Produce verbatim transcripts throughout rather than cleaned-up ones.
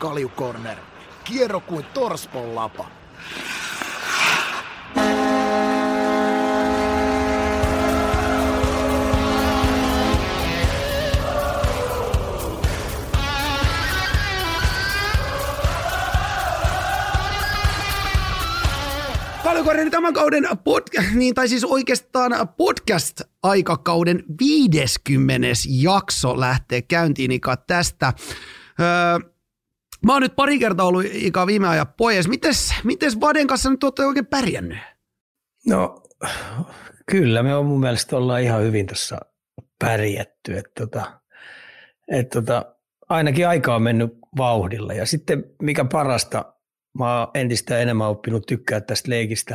Kalju Corner. Kierro kuin torspon lapa. Kalju Corner tämän kauden podcast, niin, tai siis oikeastaan podcast-aikakauden viideskymmenes jakso lähtee käyntiin Ika tästä. Öö, mä oon nyt pari kertaa ollut Ika viime ajan pois. Mites, mites Vaden kanssa nyt olette oikein pärjännyt? No kyllä, me on mun mielestä ollaan ihan hyvin tuossa pärjätty. Että tota, et tota, ainakin aika on mennyt vauhdilla. Ja sitten mikä parasta, mä oon entistä enemmän oppinut tykkää tästä leikistä,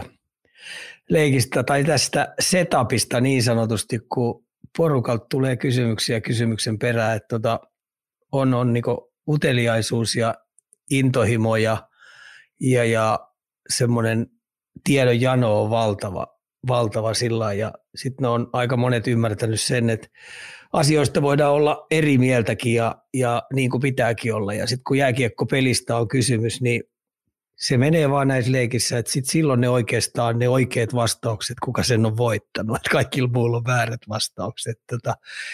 leikistä tai tästä setupista niin sanotusti, kun porukalta tulee kysymyksiä kysymyksen perään, että tota, on, on niinku uteliaisuus ja intohimo ja, ja, ja semmoinen tiedon jano on valtava, valtava sillä ja sitten ne on aika monet ymmärtänyt sen, että asioista voidaan olla eri mieltäkin ja, ja niin kuin pitääkin olla ja sitten kun jääkiekkopelistä on kysymys, niin se menee vaan näissä leikissä, että sit silloin ne oikeastaan ne oikeat vastaukset, kuka sen on voittanut, että kaikilla muilla on väärät vastaukset. Että,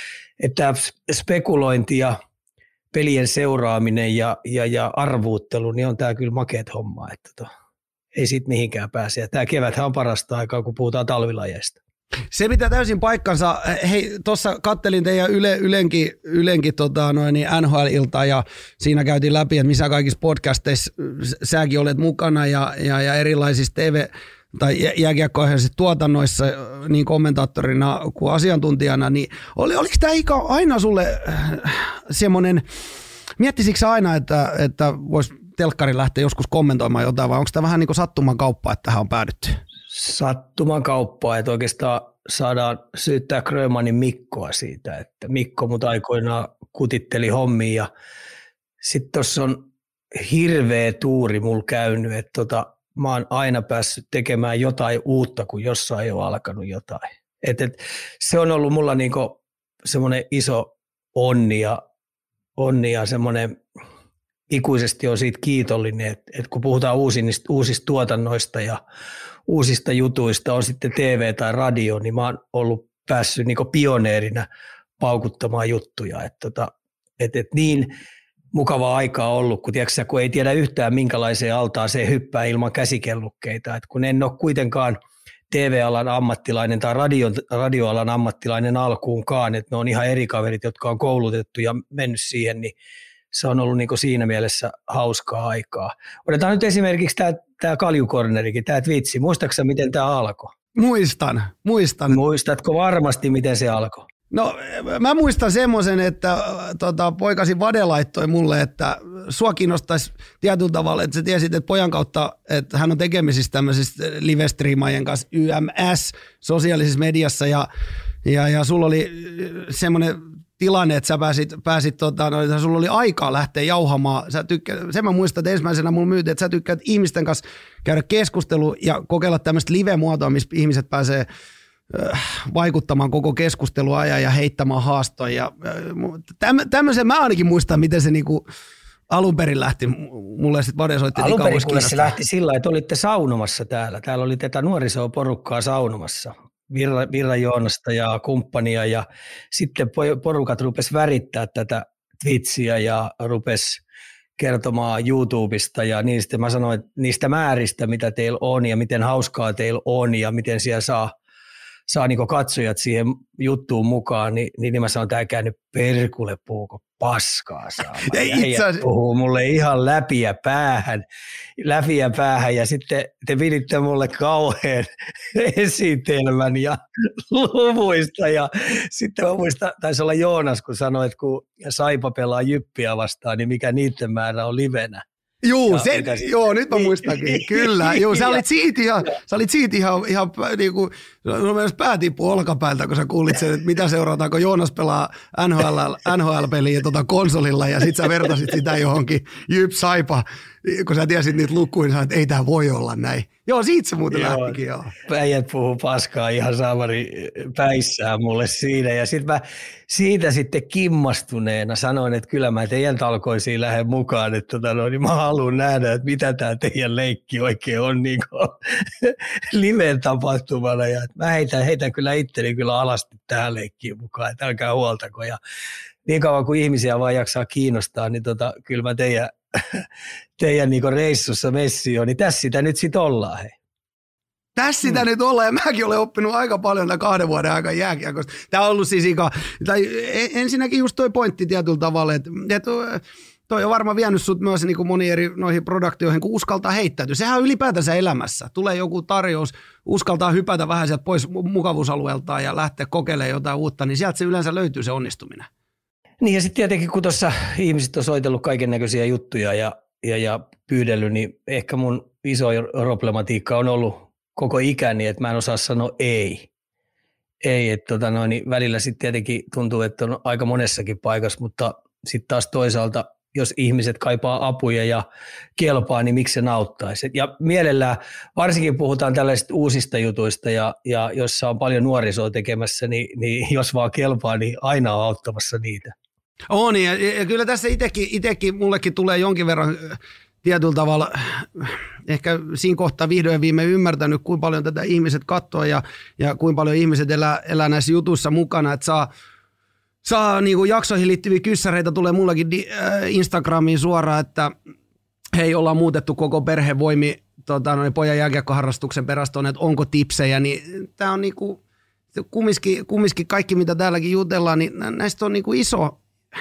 että spekulointi ja pelien seuraaminen ja, ja, ja arvuuttelu, niin on tämä kyllä makeat homma, että to, ei siitä mihinkään pääse. Ja tämä keväthän on parasta aikaa, kun puhutaan talvilajeista. Se pitää täysin paikkansa. Hei, tuossa kattelin teidän Yle, Ylenkin, Ylenkin tota, noin, niin N H L-iltaa ja siinä käytiin läpi, että missä kaikissa podcasteissa säkin olet mukana ja, ja, ja erilaisissa T V- tai jääkiekko-ohjaisissa tuotannoissa niin kommentaattorina kuin asiantuntijana, niin oli, oliko tämä Ika aina sulle semmoinen, miettisikö sä aina, että, että voisi telkkari lähteä joskus kommentoimaan jotain vai onko tämä vähän niin kuin sattuman kauppa, että tähän on päädytty? Sattuman kauppaa, että oikeastaan saadaan syyttää Grönmanin Mikkoa siitä, että Mikko mut aikoinaan kutitteli hommia ja sitten tuossa on hirveä tuuri mulla käynyt, että tota, mä oon aina päässyt tekemään jotain uutta, kun jossain ei ole alkanut jotain. Et, et, se on ollut mulla niinku semmoinen iso onni ja, onni ja semmoinen ikuisesti on siitä kiitollinen, että, että kun puhutaan uusista, uusista tuotannoista ja uusista jutuista, on sitten T V tai radio, niin mä oon ollut päässyt niinku pioneerina paukuttamaan juttuja. Että tota, et, et niin mukavaa aikaa ollut, kun, tiiäksä, kun ei tiedä yhtään minkälaiseen altaan se hyppää ilman käsikellukkeita. Et kun en ole kuitenkaan T V-alan ammattilainen tai radio, radioalan ammattilainen alkuunkaan, että ne on ihan eri kaverit, jotka on koulutettu ja mennyt siihen, niin se on ollut niinku siinä mielessä hauskaa aikaa. Otetaan nyt esimerkiksi tämä Kalju Cornerikin, tämä Twitsi. Muistatko miten tämä alkoi? Muistan, muistan. Muistatko varmasti, miten se alkoi? No mä muistan semmoisen, että tota, poikasi Vade laittoi mulle, että sua kiinnostaisi tietyllä tavalla, että sä tiesit, että pojan kautta, että hän on tekemisissä tämmöisistä live-striimaajien kanssa Y M S sosiaalisessa mediassa ja, ja, ja sulla oli semmoinen tilanne, että sä pääsit, pääsit tota, no, sulla oli aikaa lähteä jauhamaan. Sä tykkä, sen mä muistan, että ensimmäisenä mulla myytiin, että sä tykkäät ihmisten kanssa käydä keskustelua ja kokeilla tämmöistä live-muotoa, missä ihmiset pääsee vaikuttamaan koko keskustelua ajan ja heittämään haastoja. Tämmöisen mä ainakin muistan, miten se niinku alun perin lähti. Mulle sitten Vade soitti. Alun perin kuule se lähti sillä, että olitte saunomassa täällä. Täällä oli tätä nuorisoporukkaa saunomassa. Virra, Virra Joonasta ja kumppania ja sitten porukat rupes värittää tätä Twitchiä ja rupes kertomaan YouTubesta ja niistä mä sanoin, että niistä määristä, mitä teillä on ja miten hauskaa teillä on ja miten siellä saa saa niinku katsojat siihen juttuun mukaan, niin, niin mä sanon, että tämä käynyt perkulle puuko paskaa saa. Ja heijät puhuu mulle ihan läpiä päähän, läpiä päähän ja sitten te piditte mulle kauhean esitelmän ja luvuista ja sitten mä muistan, taisi olla Joonas, kun sanoi, että kun Saipa pelaa Jyppiä vastaan, niin mikä niiden määrä on livenä. Juu, se, joo, nyt mä muistankin, kyllä. Joo, sä olit siitä ihan, sä olit siitä ihan, ihan niin kuin, no mennessä päätippuu olkapäältä, kun sä kuulit sen, että mitä seurataan, kun Joonas pelaa N H L, N H L-peliä tuota konsolilla ja sit sä vertasit sitä johonkin Jyp Saipa kun sä tiesit niitä lukuja, niin sanoit, että ei tämä voi olla näin. Joo, siitä se muuten joo, lähtikin, joo. Päijät puhuu paskaa ihan saamari päissään mulle siinä. Ja sitten mä siitä sitten kimmastuneena sanoin, että kyllä mä teidän talkoisiin lähden mukaan, että tota, no, niin mä haluan nähdä, että mitä tämä teidän leikki oikein on niin liven tapahtumana. Ja mä heitän, heitän kyllä itteni kyllä alasti tähän leikkiin mukaan, että älkää huoltako. Ja niin kauan kuin ihmisiä vaan jaksaa kiinnostaa, niin tota, kyllä mä teidän, teidän niin reissussa messi on, niin tässä sitä nyt sitten ollaan. Hei. Tässä sitä hmm. nyt ollaan, ja mäkin olen oppinut aika paljon tämän kahden vuoden aikana jääkiekosta. Tämä on ollut siis ikä, tai ensinnäkin just toi pointti tietyllä tavalla, että, että toi on varmaan vienyt sut myös niin kuin moni eri noihin produktioihin, kun uskaltaa heittäytyä. Sehän on ylipäätänsä elämässä. Tulee joku tarjous, uskaltaa hypätä vähän sieltä pois mukavuusalueeltaan ja lähteä kokeilemaan jotain uutta, niin sieltä se yleensä löytyy se onnistuminen. Niin ja sitten tietenkin, kun tuossa ihmiset on soitellut kaiken näköisiä juttuja ja, ja, ja pyydellyt, niin ehkä mun iso problematiikka on ollut koko ikäni, että mä en osaa sanoa ei. Ei, että tota noin, niin välillä sitten tietenkin tuntuu, että on aika monessakin paikassa, mutta sitten taas toisaalta, jos ihmiset kaipaa apuja ja kelpaa, niin miksi se nauttaisi. Ja mielellään, varsinkin puhutaan tällaisista uusista jutuista, ja, ja jossa on paljon nuorisoa tekemässä, niin, niin jos vaan kelpaa, niin aina on auttamassa niitä. On, ja, ja kyllä tässä itsekin, itsekin mullekin tulee jonkin verran tietyllä tavalla, ehkä siinä kohtaa vihdoin viime ymmärtänyt, kuinka paljon tätä ihmiset katsoo ja, ja kuinka paljon ihmiset elää, elää näissä jutuissa mukana, että saa, saa niin kuin jaksoihin liittyviä kyssäreitä, tulee mullekin di, äh, Instagramiin suoraan, että hei, ollaan muutettu koko perhevoimi tota, noin pojan jääkiekkoharrastuksen perästä, että onko tipsejä, niin tämä on niin kuin, kumminkin, kumminkin kaikki, mitä täälläkin jutellaan, niin näistä on niin kuin iso,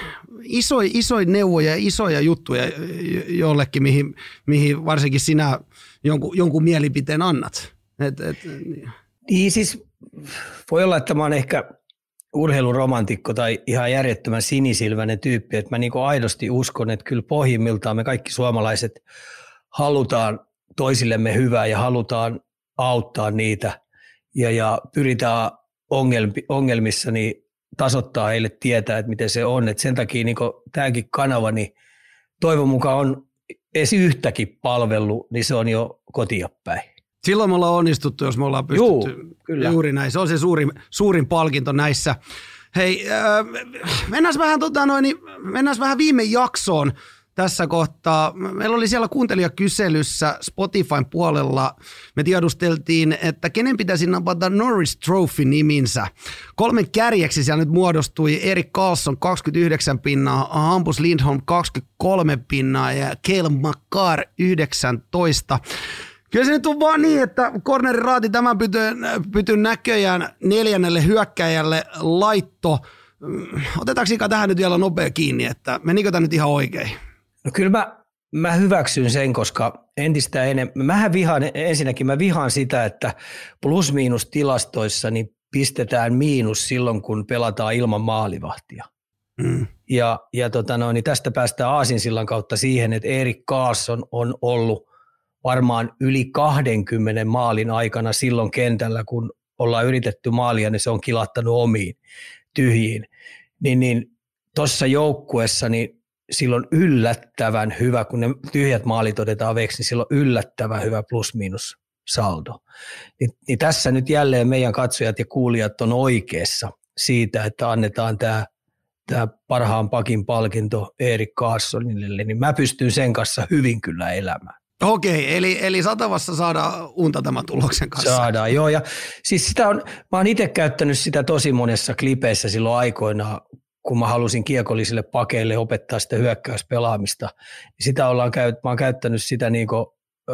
iso, isoja neuvoja ja isoja juttuja jollekin, mihin, mihin varsinkin sinä jonkun, jonkun mielipiteen annat. Et, et, niin. niin siis voi olla, että mä oon ehkä urheiluromantikko tai ihan järjettömän sinisilmäinen tyyppi, että mä niin kuin aidosti uskon, että kyllä pohjimmiltaan me kaikki suomalaiset halutaan toisillemme hyvää ja halutaan auttaa niitä ja, ja pyritään ongelmi, ongelmissa niin tasoittaa heille tietää, että miten se on. Et sen takia niin tämäkin kanava, niin toivon mukaan on edes yhtäkin palvelu, niin se on jo kotia päin. Silloin me ollaan onnistuttu, jos me ollaan pystytty Juu, kyllä. Juuri näin. Se on se suurin, suurin palkinto näissä. Hei, äh, mennään vähän, tota noin, mennään vähän viime jaksoon tässä kohtaa. Meillä oli siellä kuuntelijakyselyssä Spotifyn puolella. Me tiedusteltiin, että kenen pitäisi napata Norris Trophy niminsä. Kolmen kärjeksi siellä nyt muodostui Erik Karlsson kaksikymmentäyhdeksän pinnaa, Hampus Lindholm kaksikymmentäkolme pinnaa ja Cale Makar yhdeksäntoista. Kyllä se nyt on vaan niin, että corneriraati tämän pytyn, pytyn näköjään neljännelle hyökkäjälle laitto. Otetaanko tähän nyt vielä nopea kiinni, että menikö tämä nyt ihan oikein? No kyllä mä, mä hyväksyn sen, koska entistä enemmän, mähän vihaan, ensinnäkin mä vihaan sitä, että plus-miinus tilastoissa niin pistetään miinus silloin, kun pelataan ilman maalivahtia. Mm. Ja, ja tota no, niin tästä päästään aasinsillan kautta siihen, että Erik Karlsson on ollut varmaan yli kaksikymmentä maalin aikana silloin kentällä, kun ollaan yritetty maalia, niin se on kilahtanut omiin tyhjiin. Niin, niin tuossa joukkuessa niin silloin yllättävän hyvä, kun ne tyhjät maalit otetaan veksi, niin silloin yllättävän hyvä plus-miinus saldo. Niin, niin tässä nyt jälleen meidän katsojat ja kuulijat on oikeassa siitä, että annetaan tämä tämä parhaan pakin palkinto Erik Karlssonille, niin mä pystyn sen kanssa hyvin kyllä elämään. Okei, eli, eli Satavassa saadaan unta tämän tuloksen kanssa. Saadaan, joo. Ja siis sitä on, mä oon itse käyttänyt sitä tosi monessa klipeissä silloin aikoinaan, kun mä halusin kiekollisille pakeille opettaa sitä hyökkäyspelaamista. Sitä ollaan käyt, mä oon käyttänyt sitä niin kuin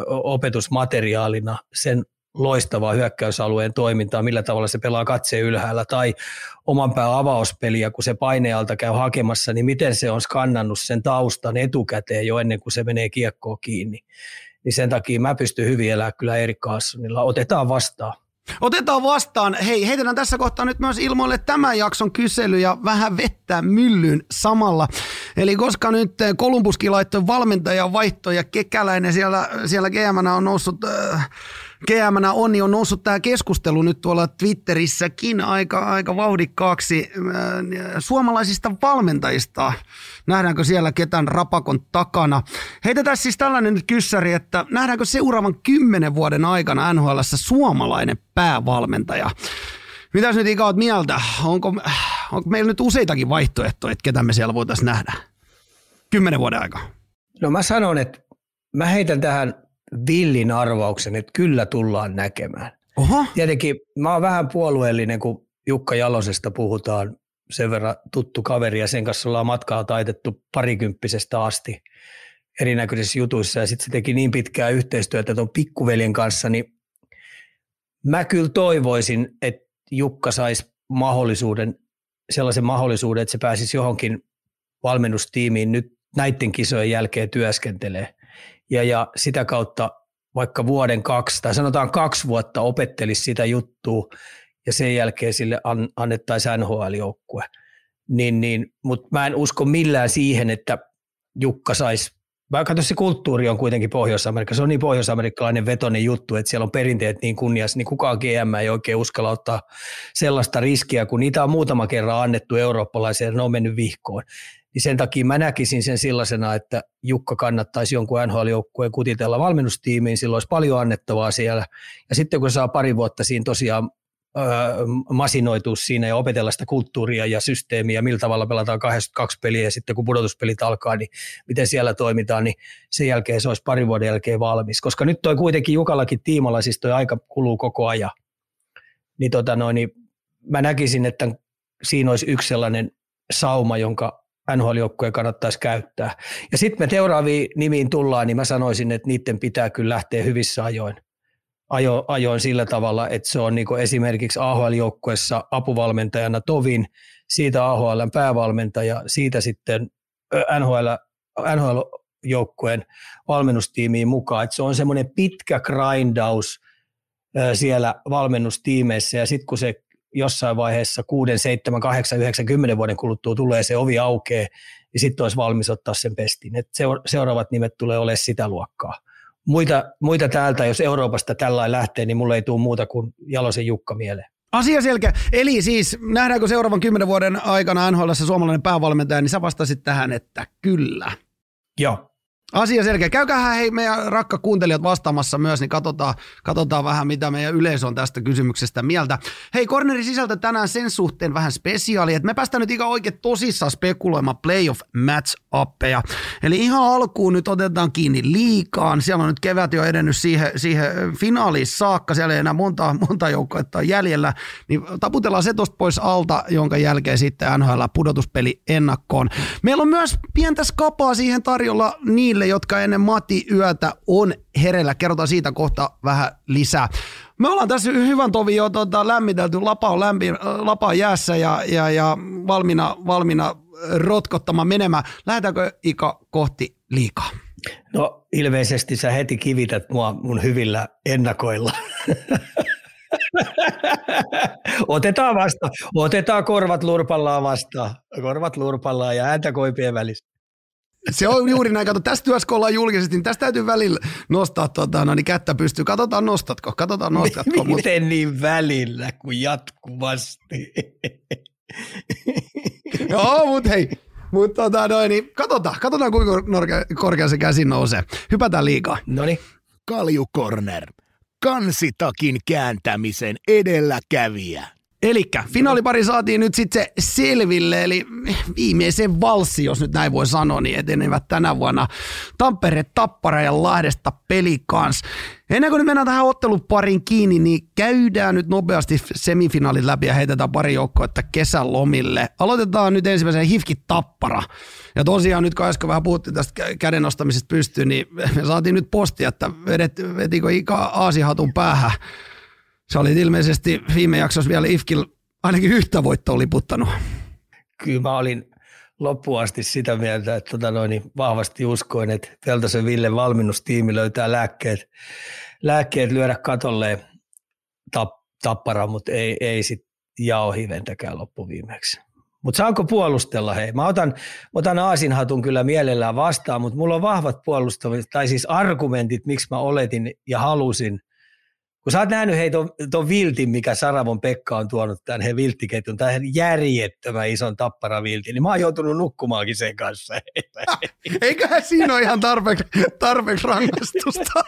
opetusmateriaalina sen loistavaa hyökkäysalueen toimintaa, millä tavalla se pelaa katseen ylhäällä, tai oman pään avauspeliä, kun se painealta käy hakemassa, niin miten se on skannannut sen taustan etukäteen jo ennen kuin se menee kiekkoon kiinni. Niin sen takia mä pystyn hyvin elämään kyllä Erik Karlssonilla. Otetaan vastaan. Otetaan vastaan. Hei, heitetään tässä kohtaa nyt myös ilmoille tämän jakson kysely ja vähän vettä myllyyn samalla. Eli koska nyt Columbuskin laittoi valmentajan vaihto ja Kekäläinen siellä, siellä G M:nä on noussut, äh, G M:nä on, niin on noussut tämä keskustelu nyt tuolla Twitterissäkin aika, aika vauhdikkaaksi äh, suomalaisista valmentajista. Nähdäänkö siellä ketään rapakon takana? Heitetään siis tällainen nyt kyssäri, että nähdäänkö seuraavan kymmenen vuoden aikana N H L:ssä suomalainen päävalmentaja? Mitäs nyt Ika oot mieltä? Onko, onko meillä nyt useitakin vaihtoehtoja, että ketä me siellä voitaisiin nähdä kymmenen vuoden aikaa? No mä sanon, että mä heitän tähän villin arvauksen, että kyllä tullaan näkemään. Oho. Tietenkin mä oon vähän puolueellinen, kun Jukka Jalosesta puhutaan, sen verran tuttu kaveri ja sen kanssa ollaan matkaa taitettu parikymppisestä asti erinäköisissä jutuissa ja sitten se teki niin pitkää yhteistyötä tuon pikkuveljen kanssa, niin mä kyllä toivoisin, että Jukka saisi mahdollisuuden, sellaisen mahdollisuuden, että se pääsisi johonkin valmennustiimiin nyt näiden kisojen jälkeen työskentelee. Ja, ja sitä kautta vaikka vuoden kaksi tai sanotaan kaksi vuotta opettelisi sitä juttua ja sen jälkeen sille an, annettaisiin N H L-joukkue. Niin, niin, mutta mä en usko millään siihen, että Jukka saisi. Mä katson, se kulttuuri on kuitenkin Pohjois-Amerikka. Se on niin pohjois-amerikkalainen vetoinen juttu, että siellä on perinteet niin kunniassa, niin kukaan G M ei oikein uskalla ottaa sellaista riskiä, kun niitä on muutama kerran annettu eurooppalaiseen ja ne on mennyt vihkoon. Niin sen takia mä näkisin sen sellaisena, että Jukka kannattaisi jonkun N H L-joukkueen kutitella valmennustiimiin, silloin olisi paljon annettavaa siellä. Ja sitten kun saa pari vuotta siinä tosiaan öö, masinoitua siinä ja opetella sitä kulttuuria ja systeemiä, millä tavalla pelataan kahdeksankymmentäkaksi peliä ja sitten kun pudotuspelit alkaa, niin miten siellä toimitaan, niin sen jälkeen se olisi parin vuoden jälkeen valmis. Koska nyt toi kuitenkin Jukallakin tiimalla, siis toi aika kuluu koko ajan. Niin, tota noin, niin mä näkisin, että siinä olisi yksi sellainen sauma, jonka N H L-joukkueen kannattaisi käyttää. Ja sitten me seuraaviin nimiin tullaan, niin mä sanoisin, että niiden pitää kyllä lähteä hyvissä ajoin. Ajo, ajoin sillä tavalla, että se on niin kuin esimerkiksi A H L-joukkueessa apuvalmentajana Tovin, siitä A H L:n päävalmentaja, siitä sitten N H L, N H L-joukkueen valmennustiimiin mukaan. Että se on semmoinen pitkä grindaus siellä valmennustiimeissä ja sitten kun se jossain vaiheessa kuuden, seitsemän, kahdeksan, yhdeksän, kymmenen vuoden kuluttua tulee se ovi aukeaa, niin sitten olisi valmis ottaa sen pestin. Et seuraavat nimet tulee olemaan sitä luokkaa. Muita, muita täältä, jos Euroopasta tällainen lähtee, niin mulle ei tule muuta kuin Jalosen Jukka mieleen. Asia selkeä. Eli siis nähdäänkö seuraavan kymmenen vuoden aikana N H L:ssä suomalainen päävalmentaja, niin sä vastasit tähän, että kyllä. Joo. Asia selkeä. Käykäähän hei meidän rakka kuuntelijat vastaamassa myös, niin katsotaan, katsotaan vähän, mitä meidän yleisö on tästä kysymyksestä mieltä. Hei, Cornerin sisältö tänään sen suhteen vähän spesiaali, että me päästään nyt ihan oikein tosissaan spekuloimaan playoff match-appeja. Eli ihan alkuun nyt otetaan kiinni liigaan. Siellä on nyt kevät jo edennyt siihen, siihen finaaliin saakka. Siellä ei enää monta, monta joukkoetta jäljellä. Niin taputellaan se tosta pois alta, jonka jälkeen sitten N H L pudotuspeli ennakkoon. Meillä on myös pientä skapaa siihen tarjolla niille, jotka ennen Mati yötä on hereillä. Kerrotaan siitä kohta vähän lisää. Me ollaan tässä hyvän tovin jo tota, lämmitelty. Lapa on, lämpi, lapa on jäässä ja, ja, ja valmiina, valmiina rotkottamaan menemään. Lähdetäänkö Ika kohti liikaa? No ilmeisesti sä heti kivität mua mun hyvillä ennakoilla. Otetaan vastaan. Otetaan korvat lurpallaan vastaan. Korvat lurpallaan ja ääntä koipien välissä. Se on juuri näin. Kato, tästä työssä kun ollaan julkisesti, niin tästä täytyy välillä nostaa tota, no niin kättä pystyy. Katsotaan nostatko, katsotaan nostatko. Miten mut... niin välillä kuin jatkuvasti? Joo, mutta hei, mut, tota, no, niin, katsotaan, katsotaan kuinka korkea se käsi nousee. Hypätään liikaa. Noniin. Kalju Corner. Kansitakin kääntämisen edelläkävijä. Elikkä finaalipari saatiin nyt sitten se selville, eli viimeisen valssi, jos nyt näin voi sanoa, niin etenevät tänä vuonna Tampere, Tappara ja Lahdesta Pelikans. Ennen kuin nyt mennään tähän otteluparin kiinni, niin käydään nyt nopeasti semifinaalit läpi ja heitetään pari joukkoa kesälomille. Aloitetaan nyt ensimmäisen H I F K Tappara. Ja tosiaan nyt kun äsken vähän puhuttiin tästä käden nostamisesta pystyyn, niin me saatiin nyt postia, että vedet, vetikö Ika aasihatun päähän. Sä olit ilmeisesti viime jaksossa vielä I F K:llä ainakin yhtä voittoa liputtanut. Kyllä mä olin loppuun asti sitä mieltä, että tota noin, vahvasti uskoin, että Peltosen Ville valmennustiimi löytää lääkkeet, lääkkeet lyödä katolle tap, Tappara, mutta ei, ei sitten jao hiventäkään loppuviimeksi. Mutta saanko puolustella, hei? Mä otan, otan aasinhatun kyllä mielellään vastaan, mutta mulla on vahvat puolustamiset, tai siis argumentit, miksi mä oletin ja halusin. Kun sä oot nähnyt hei ton, ton viltin, mikä Saravon Pekka on tuonut tämän he vilttiketjun, tämän järjettömän ison tapparaviltin, niin mä oon joutunut nukkumaankin sen kanssa. Eiköhän siinä ole ihan tarpeeksi, tarpeeksi rangaistusta.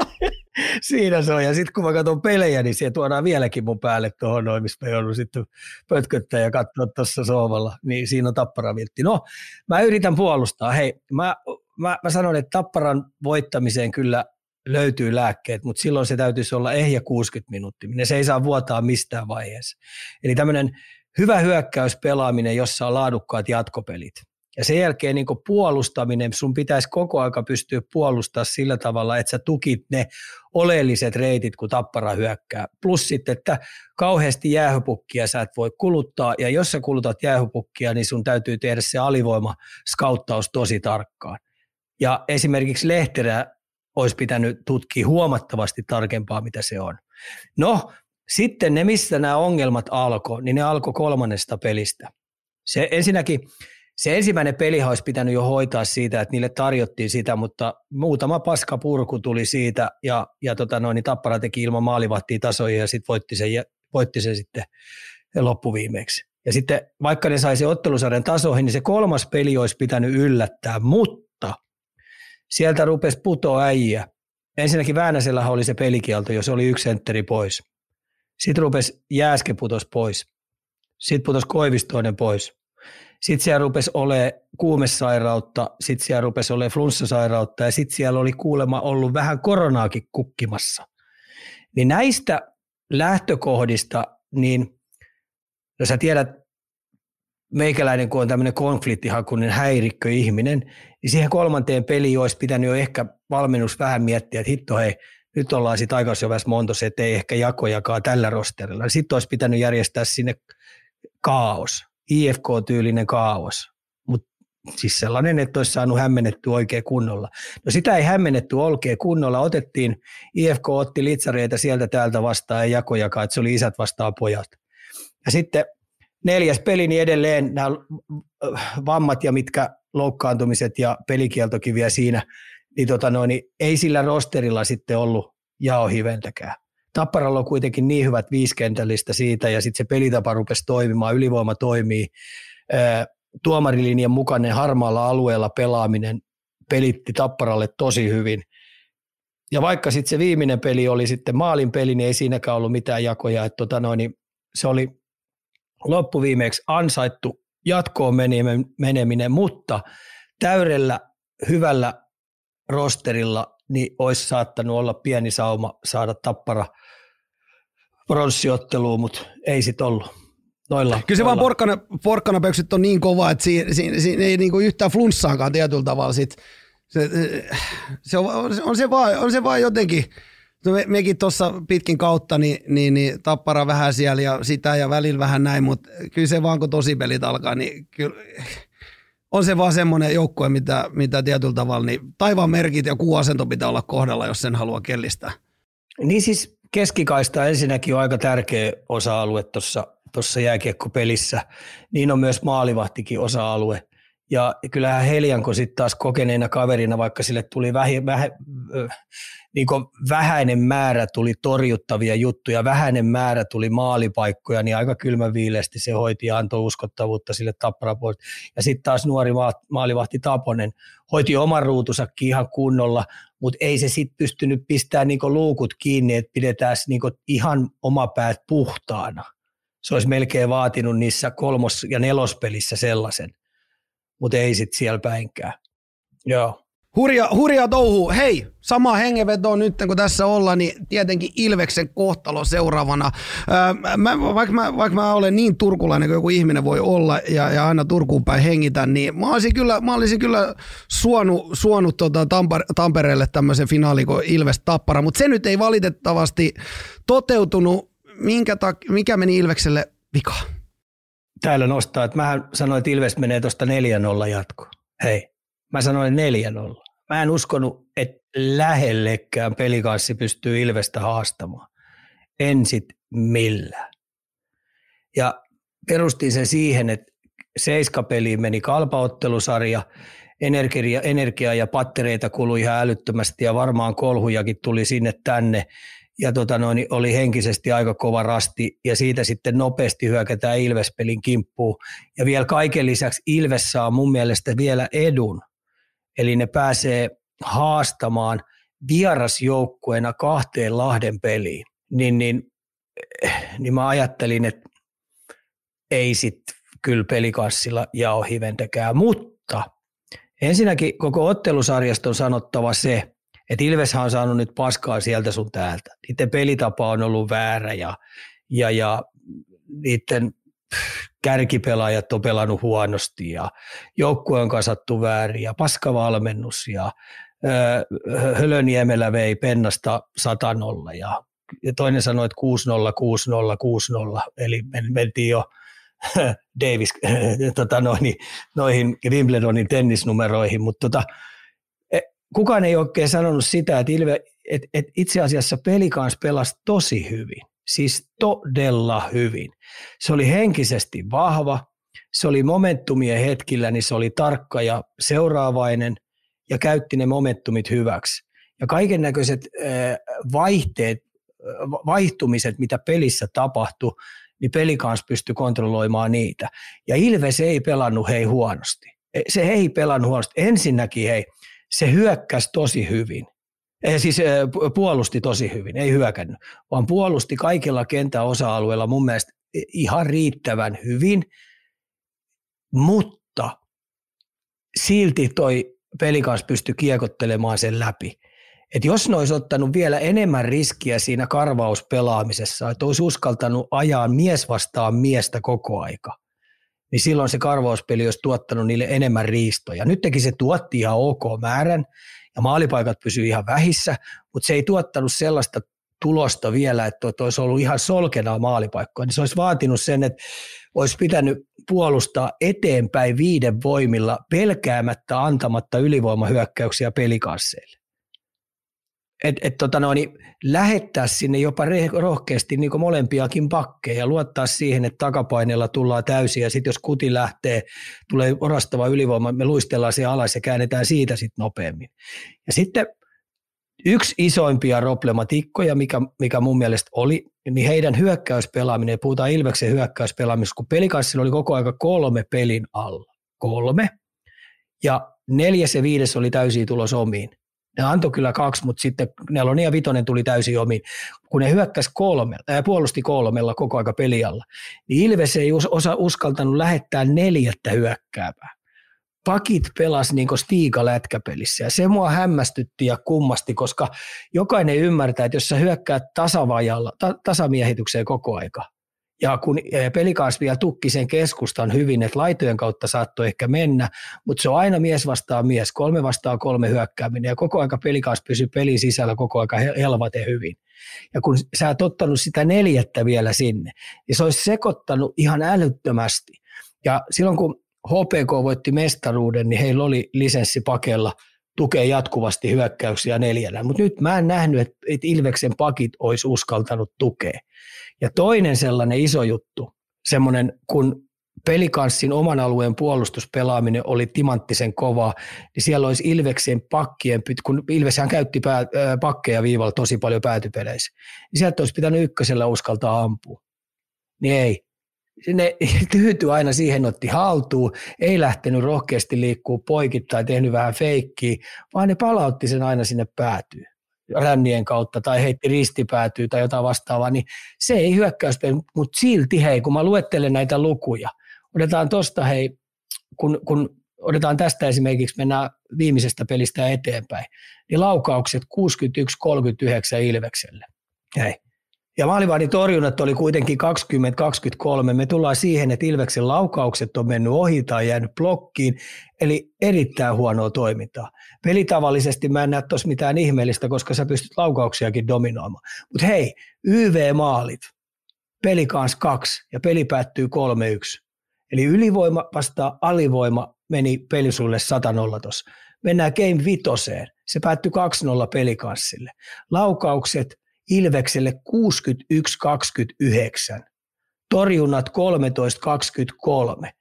Siinä se on. Ja sitten kun mä katson pelejä, niin siellä tuodaan vieläkin mun päälle tuohon noin, missä mä joudun sitten pötköttää ja katsoa tuossa sohvalla. Niin siinä on tapparaviltti. No, mä yritän puolustaa. Hei, mä, mä, mä sanon, että tapparan voittamiseen kyllä löytyy lääkkeet, mutta silloin se täytyisi olla ehjä kuusikymmentä minuuttia. Se ei saa vuotaa mistään vaiheessa. Eli tämmöinen hyvä hyökkäyspelaaminen, jossa on laadukkaat jatkopelit. Ja sen jälkeen niin kuin puolustaminen, sun pitäisi koko aika pystyä puolustamaan sillä tavalla, että sä tukit ne oleelliset reitit, kun Tappara hyökkää. Plus sitten, että kauheasti jäähypukkia sä et voi kuluttaa, ja jos sä kulutat jäähypukkia, niin sun täytyy tehdä se alivoima-skauttaus tosi tarkkaan. Ja esimerkiksi Lehterää olisi pitänyt tutkia huomattavasti tarkempaa, mitä se on. No, sitten ne, missä nämä ongelmat alkoi, niin ne alkoi kolmannesta pelistä. Se ensinnäkin, se ensimmäinen pelihan olisi pitänyt jo hoitaa siitä, että niille tarjottiin sitä, mutta muutama paskapurku tuli siitä, ja, ja tota noin, niin Tappara teki ilman maalivahtia tasoja, ja sitten voitti sen, voitti sen sitten loppuviimeksi. Ja sitten, vaikka ne sai se ottelusarjan tasoihin, niin se kolmas peli olisi pitänyt yllättää, mutta sieltä rupesi putoa äijä. Ensinnäkin Väänäsellähän oli se pelikielto, jos oli yksi sentteri pois. Sitten rupesi Jääske putos pois. Sitten putosi Koivistoinen pois. Sitten siellä rupesi olemaan kuumesairautta, sitten siellä rupesi olemaan flunssasairautta ja sitten siellä oli kuulemma ollut vähän koronaakin kukkimassa. Niin näistä lähtökohdista, niin no sä tiedät, meikäläinen kun on tämmöinen konfliktihakuinen häirikköihminen, niin siihen kolmanteen peliin olisi pitänyt jo ehkä valmennus vähän miettiä, että hitto hei, nyt ollaan sitten aikaisjovässä montossa, ettei ehkä jakojakaan tällä rosterilla. Sitten olisi pitänyt järjestää sinne kaos, I F K-tyylinen kaos, mutta siis sellainen, että olisi saanut hämmennettyä oikein kunnolla. No sitä ei hämmennetty oikein kunnolla, otettiin, I F K otti litsareita sieltä täältä vastaan, ei jakojakaan, että se oli isät vastaan pojat. Ja sitten neljäs peli, niin edelleen nämä vammat ja mitkä loukkaantumiset ja pelikieltokin vielä siinä, niin, tota noin, niin ei sillä rosterilla sitten ollut jaohiventäkään. Tapparalla on kuitenkin niin hyvät viiskentällistä siitä ja sitten se pelitapa rupesi toimimaan, ylivoima toimii, tuomarilinjan mukainen harmaalla alueella pelaaminen pelitti Tapparalle tosi hyvin. Ja vaikka sitten se viimeinen peli oli sitten maalin peli, niin ei siinäkään ollut mitään jakoja, että tota noin, niin se oli loppuviimeeksi ansaittu jatkoon meneminen, mutta täydellä hyvällä rosterilla niin olisi saattanut olla pieni sauma saada Tappara pronssiotteluun, mutta ei sit ollut. Noilla, Kyllä se noilla. vaan porkkana, porkkanapöksyt on niin kova, että siinä, siinä, siinä ei niinku yhtään flunssaankaan tietyllä tavalla. Sit, se, se on, on, se vaan, on se vaan jotenkin, me, mekin tuossa pitkin kautta, niin, niin, niin Tappara vähän siellä ja sitä ja välillä vähän näin, mutta kyllä se vaan kun tosipelit alkaa, niin kyllä on se vaan semmoinen joukkue, mitä, mitä tietyllä tavalla, niin taivaan merkit ja kuuasento pitää olla kohdalla, jos sen haluaa kellistää. Niin siis keskikaista ensinnäkin on aika tärkeä osa-alue tuossa tuossa jääkiekkopelissä, niin on myös maalivahtikin osa-alue. Ja kyllähän Helianko sitten taas kokeneena kaverina, vaikka sille tuli vähi, väh, niin vähäinen määrä tuli torjuttavia juttuja, vähäinen määrä tuli maalipaikkoja, niin aika kylmäviileästi se hoiti ja antoi uskottavuutta sille Tapparapuolelle. Ja sitten taas nuori maalivahti Taponen hoiti oman ruutunsakin ihan kunnolla, mutta ei se sitten pystynyt pistämään niinku luukut kiinni, että pidetään niinku ihan oma päät puhtaana. Se olisi melkein vaatinut niissä kolmos- ja nelospelissä sellaisen, mutta ei sitten siellä päinkään. Joo. Hurja, hurja touhu. Hei, sama hengenveto nyt, kun tässä ollaan, niin tietenkin Ilveksen kohtalo seuraavana. Öö, mä, vaikka, mä, vaikka mä olen niin turkulainen kuin joku ihminen voi olla ja, ja aina Turkuun päin hengitän, niin mä olisin kyllä, mä olisin kyllä suonut, suonut tota Tampere, Tampereelle tämmöisen finaalin kuin Ilves Tappara, mutta se nyt ei valitettavasti toteutunut. Minkä tak- mikä meni Ilvekselle vikaan? Täällä nostaa, että mä sanoin, että Ilves menee tuosta neljä nolla jatkoon. Hei, mä sanoin neljä nolla. Mä en uskonut, että lähellekään pelikanssi pystyy Ilvestä haastamaan. En sit millään. Ja perustin sen siihen, että seiskapeliin meni kalpaottelusarja, energia, energiaa ja pattereita kului ihan älyttömästi ja varmaan kolhujakin tuli sinne tänne ja tota noin, oli henkisesti aika kova rasti ja siitä sitten nopeasti hyökätään Ilves-pelin kimppuun ja vielä kaiken lisäksi Ilves saa mun mielestä vielä edun, eli ne pääsee haastamaan vierasjoukkueena kahteen Lahden peliin, niin, niin, niin mä ajattelin, että ei sitten kyllä pelikanssilla jao hiventäkään, mutta ensinnäkin koko ottelusarjasta on sanottava se, että Ilveshän on saanut nyt paskaa sieltä sun täältä. Niiden pelitapa on ollut väärä ja, ja, ja niiden kärkipelaajat on pelannut huonosti ja joukkue on kasattu väärin ja paskavalmennus ja öö, Hölöniemelä vei Pennasta sata nolla ja, ja toinen sanoi, että kuusi nolla, kuusi nolla, kuusi nolla, eli mentiin jo Davis, tota noin, noihin Wimbledonin tennisnumeroihin, mutta tota, kukaan ei oikein sanonut sitä, että Ilve, et, et itse asiassa Pelikans pelasi tosi hyvin, siis todella hyvin. Se oli henkisesti vahva, se oli momentumien hetkillä, niin se oli tarkka ja seuraavainen ja käytti ne momentumit hyväksi. Ja kaiken näköiset vaihteet, vaihtumiset, mitä pelissä tapahtui, niin Pelikans pystyi kontrolloimaan niitä. Ja Ilves ei pelannut hei huonosti. Se ei pelannut huonosti. Ensinnäkin hei, se hyökkäsi tosi hyvin. Eh, siis puolusti tosi hyvin, ei hyökännyt, vaan puolusti kaikilla kentän osa-alueilla mun mielestä ihan riittävän hyvin, mutta silti toi Pelikans pystyi kiekottelemaan sen läpi. Et jos ne olisi ottanut vielä enemmän riskiä siinä karvauspelaamisessa, että olisi uskaltanut ajaa mies vastaan miestä koko aika, niin silloin se karvauspeli olisi tuottanut niille enemmän riistoja. Nytkin se tuotti ihan ok määrän ja maalipaikat pysyi ihan vähissä, mutta se ei tuottanut sellaista tulosta vielä, että olisi ollut ihan solkenaa maalipaikkoa. Niin se olisi vaatinut sen, että olisi pitänyt puolustaa eteenpäin viiden voimilla pelkäämättä antamatta ylivoimahyökkäyksiä Pelikansseille. Että et, tota no, niin lähettää sinne jopa rohkeasti niin kuin molempiakin pakkeja ja luottaa siihen, että takapaineella tullaan täysin ja sitten jos kuti lähtee, tulee orastava ylivoima, me luistellaan siihen alas ja käännetään siitä sitten nopeammin. Ja sitten yksi isoimpia problematiikkoja, mikä, mikä mun mielestä oli, niin heidän hyökkäyspelaaminen, puhutaan Ilveksen hyökkäyspelaamisesta, kun Pelikanssilla oli koko aika kolme pelin alla. Kolme. Ja neljäs ja viides oli täysin tulos omiin. Ne antoi kyllä kaksi, mutta sitten nelonen ja vitonen tuli täysin omiin. Kun ne hyökkäsi kolmella, ja puolusti kolmella koko aika pelialla, niin Ilves ei osa uskaltanut lähettää neljättä hyökkäävää. Pakit pelasi niin kuin Stiga lätkäpelissä ja se mua hämmästytti ja kummasti, koska jokainen ymmärtää, että jos sä hyökkäät tasavajalla, ta- tasamiehitykseen koko aika, ja kun Pelikans vielä tukki sen keskustan hyvin, että laitojen kautta saattoi ehkä mennä, mutta se on aina mies vastaan mies, kolme vastaan kolme hyökkääminen ja koko aika Pelikans pysyy pelin sisällä koko aika helvaten hyvin. Ja kun sä et ottanut sitä neljättä vielä sinne, niin se olisi sekoittanut ihan älyttömästi. Ja silloin kun H P K voitti mestaruuden, niin heillä oli lisenssi pakella tukea jatkuvasti hyökkäyksiä neljällä, mutta nyt mä en nähnyt, että Ilveksen pakit olisi uskaltanut tukea. Ja toinen sellainen iso juttu, semmoinen kun Pelikanssin oman alueen puolustuspelaaminen oli timanttisen kovaa, niin siellä olisi Ilveksen pakkien, kun Ilveshän käytti pää, pakkeja viivalla tosi paljon päätypeleissä, niin sieltä olisi pitänyt ykkösellä uskaltaa ampua. Niin ei. Ne tyytyi aina siihen, otti haltuun, ei lähtenyt rohkeasti liikkuu poikittain, tehnyt vähän feikkiä, vaan ne palautti sen aina sinne päätyyn. Rännien kautta tai heitti ristipäätyy tai jotain vastaavaa, niin se ei hyökkäyspeli, mutta silti hei, kun mä luettelen näitä lukuja, otetaan tosta hei, kun, kun otetaan tästä esimerkiksi, mennään viimeisestä pelistä eteenpäin, niin laukaukset kuusikymmentäyksi kolmekymmentäyhdeksän Ilvekselle, hei. Ja maalivahdin torjunnat oli kuitenkin kaksikymmentä kaksikymmentäkolme. Me tullaan siihen, että Ilveksen laukaukset on mennyt ohi tai jäänyt blokkiin, eli erittäin huonoa toimintaa. Pelitavallisesti mä en näe tuossa mitään ihmeellistä, koska sä pystyt laukauksiakin dominoimaan. Mutta hei, Y V-maalit, Pelikans kaksi ja peli päättyy kolme yksi. Eli ylivoima vastaan alivoima meni pelisulle sata nolla tuossa. Mennään game vitoseen, se päättyi kaksi nolla Pelikanssille. Laukaukset Ilvekselle kuusikymmentäyksi kaksikymmentäyhdeksän, torjunnat kolmetoista kaksikymmentäkolme.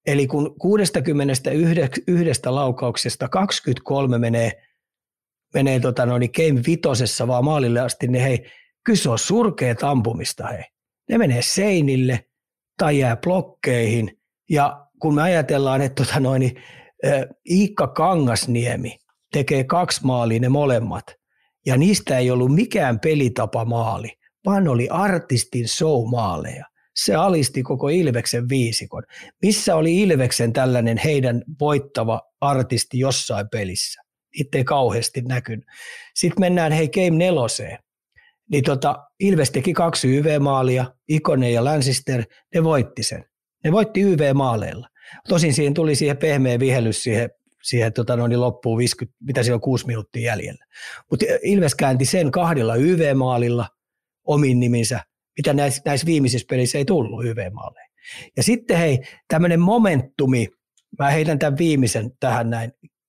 Eli kun kuusikymmentäyksi laukauksesta kaksikymmentäkolme menee, menee tota noin game vitosessa vaan maalille asti, niin hei, kyllä se on surkeat ampumista, hei. Ne menee seinille tai jää blokkeihin. Ja kun me ajatellaan, että tota noin, niin, äh, Iikka Kangasniemi tekee kaksi maalia ne molemmat, ja niistä ei ollut mikään pelitapa maali, vaan oli artistin show-maaleja. Se alisti koko Ilveksen viisikon. Missä oli Ilveksen tällainen heidän voittava artisti jossain pelissä? Itse ei kauheasti näkynyt. Sitten mennään hei game neloseen. Niin tota, Ilves teki kaksi Y V-maalia, Ikonen ja Lansister, ne voitti sen. Ne voitti Y V-maaleilla. Tosin siihen tuli siihen pehmeä vihellys siihen, siihen tota noin loppuun viisikymmentä, mitä siellä on kuusi minuuttia jäljellä. Mutta Ilves käänti sen kahdella Y V-maalilla omin niminsä, mitä näissä, näissä viimeisissä pelissä ei tullut Y V-maaleja. Ja sitten hei, tämmöinen momentumi, mä heitän tämän viimeisen tähän näin,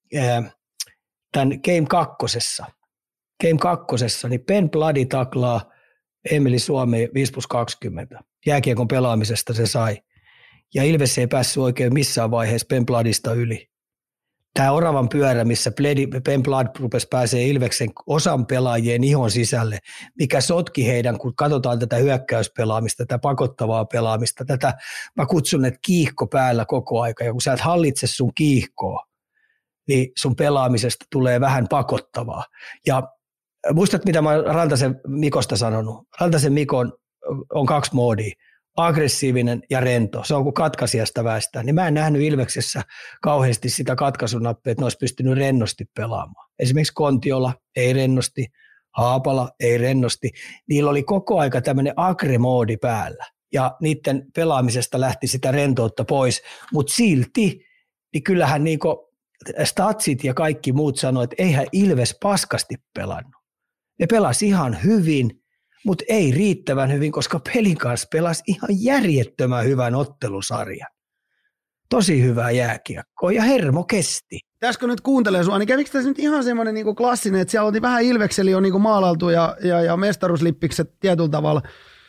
tämän game kakkosessa. Game kakkosessa, niin Ben Bloody taklaa Emeli Suomi viisi plus kaksikymmentä. Jääkiekon pelaamisesta se sai. Ja Ilves ei päässyt oikein missään vaiheessa Ben Bloodista yli. Tämä oravan pyörä, missä Ben Blood rupesi pääsee Ilveksen osan pelaajien ihon sisälle, mikä sotki heidän, kun katsotaan tätä hyökkäyspelaamista, tätä pakottavaa pelaamista, tätä, mä kutsun, että kiihko päällä koko aika, ja kun sä et hallitse sun kiihkoa, niin sun pelaamisesta tulee vähän pakottavaa. Ja muistat, mitä mä oon Rantasen Mikosta sanonut? Rantasen Mikon on kaksi moodia. Aggressiivinen ja rento. Se on kuin katkaisijasta väistää. Niin mä en nähnyt Ilveksessä kauheasti sitä katkaisunappia, että ne olisi pystynyt rennosti pelaamaan. Esimerkiksi Kontiola ei rennosti, Haapala ei rennosti. Niillä oli koko aika tämmöinen agre-moodi päällä. Ja niiden pelaamisesta lähti sitä rentoutta pois. Mutta silti, niin kyllähän niinku statsit ja kaikki muut sanoivat, että eihän Ilves paskasti pelannut. Ne pelasi ihan hyvin, mutta ei riittävän hyvin, koska pelin kanssa pelasi ihan järjettömän hyvän ottelusarjan. Tosi hyvää jääkiekkoa ja hermo kesti. Tässä kun nyt kuuntelee sua, niin kävikö tässä nyt ihan semmoinen niinku klassinen, että siellä oltiin vähän Ilvekseli on niinku maalailtu ja, ja, ja mestaruuslippikset tietyllä tavalla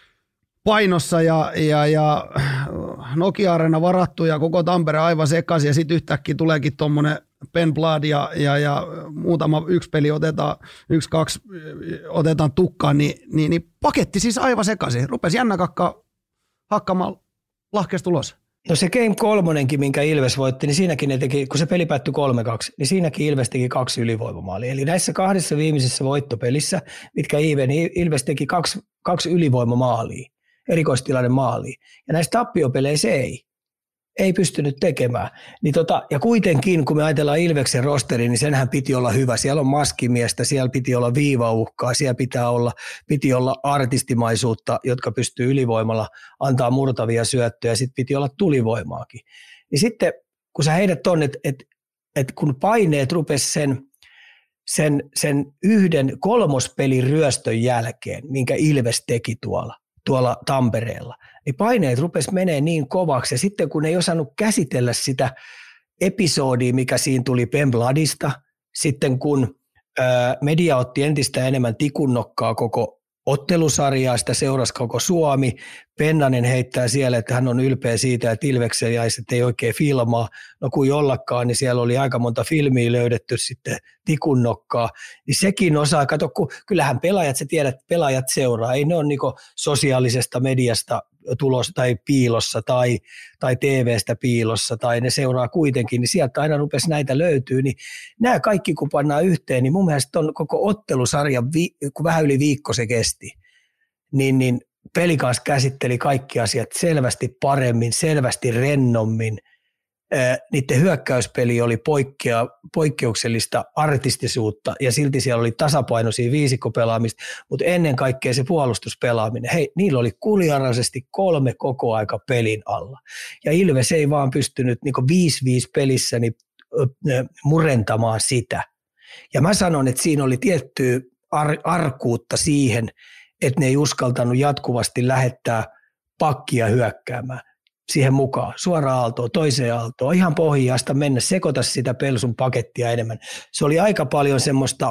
painossa ja, ja, ja Nokia-areena varattu ja koko Tampere aivan sekaisin ja sitten yhtäkkiä tuleekin tuommoinen Ben Blood ja, ja, ja muutama yksi peli otetaan, yksi, kaksi otetaan tukkaan, niin, niin, niin paketti siis aivan sekaisin. Rupesi jännäkakka hakkaamaan lahkeesta ulos. No se game kolmonenkin, minkä Ilves voitti, niin siinäkin ne teki, kun se peli päättyi kolme kaksi, niin siinäkin Ilves teki kaksi ylivoimamaalia. Eli näissä kahdessa viimeisessä voittopelissä, mitkä Iive, niin Ilves teki kaksi, kaksi ylivoimamaalia, erikoistilainen maalia. Ja näissä tappiopeleissä ei. Ei pystynyt tekemään. Niin tota, ja kuitenkin, kun me ajatellaan Ilveksen rosteri, niin senhän piti olla hyvä. Siellä on maskimiestä, siellä piti olla viivauhkaa, siellä pitää olla, piti olla artistimaisuutta, jotka pystyy ylivoimalla antaa murtavia syöttöjä, sitten piti olla tulivoimaakin. Niin sitten, kun sä heidät tonne, että et, et kun paineet rupesi sen, sen, sen yhden kolmospelin ryöstön jälkeen, minkä Ilves teki tuolla, tuolla Tampereella, niin paineet rupesi menee niin kovaksi, ja sitten kun ei osannut käsitellä sitä episodia, mikä siinä tuli Ben Bloodista, sitten kun ää, media otti entistä enemmän tikunnokkaa koko ottelusarjaa, sitä seurasi koko Suomi, Pennanen heittää siellä, että hän on ylpeä siitä, että Ilveksen jäiset ei oikein filmaa, no kuin jollakaan, niin siellä oli aika monta filmiä löydetty sitten tikunnokkaa, niin sekin osaa, kato, kun kyllähän pelaajat, sä tiedät, pelaajat seuraa, ei ne ole niin sosiaalisesta mediasta tulos tai piilossa tai, tai T V:stä piilossa tai ne seuraa kuitenkin, niin sieltä aina rupesi näitä löytyy, niin nämä kaikki kun pannaan yhteen, niin mun mielestä on koko ottelusarja, kun vähän yli viikko se kesti, niin, niin peli kanssa käsitteli kaikki asiat selvästi paremmin, selvästi rennommin. Niiden hyökkäyspeli oli poikkea, poikkeuksellista artistisuutta ja silti siellä oli tasapainoisia viisikkopelaamista, mutta ennen kaikkea se puolustuspelaaminen. Hei, niillä oli kuljaraisesti kolme koko aika pelin alla. Ja Ilves ei vaan pystynyt niin viisi viisi pelissä niin, murentamaan sitä. Ja mä sanon, että siinä oli tiettyä ar- arkuutta siihen, että ne ei uskaltanut jatkuvasti lähettää pakkia hyökkäämään siihen mukaan, suoraan aaltoon, toiseen aaltoon, ihan pohjasta mennä, sekoita sitä Pelsun pakettia enemmän. Se oli aika paljon semmoista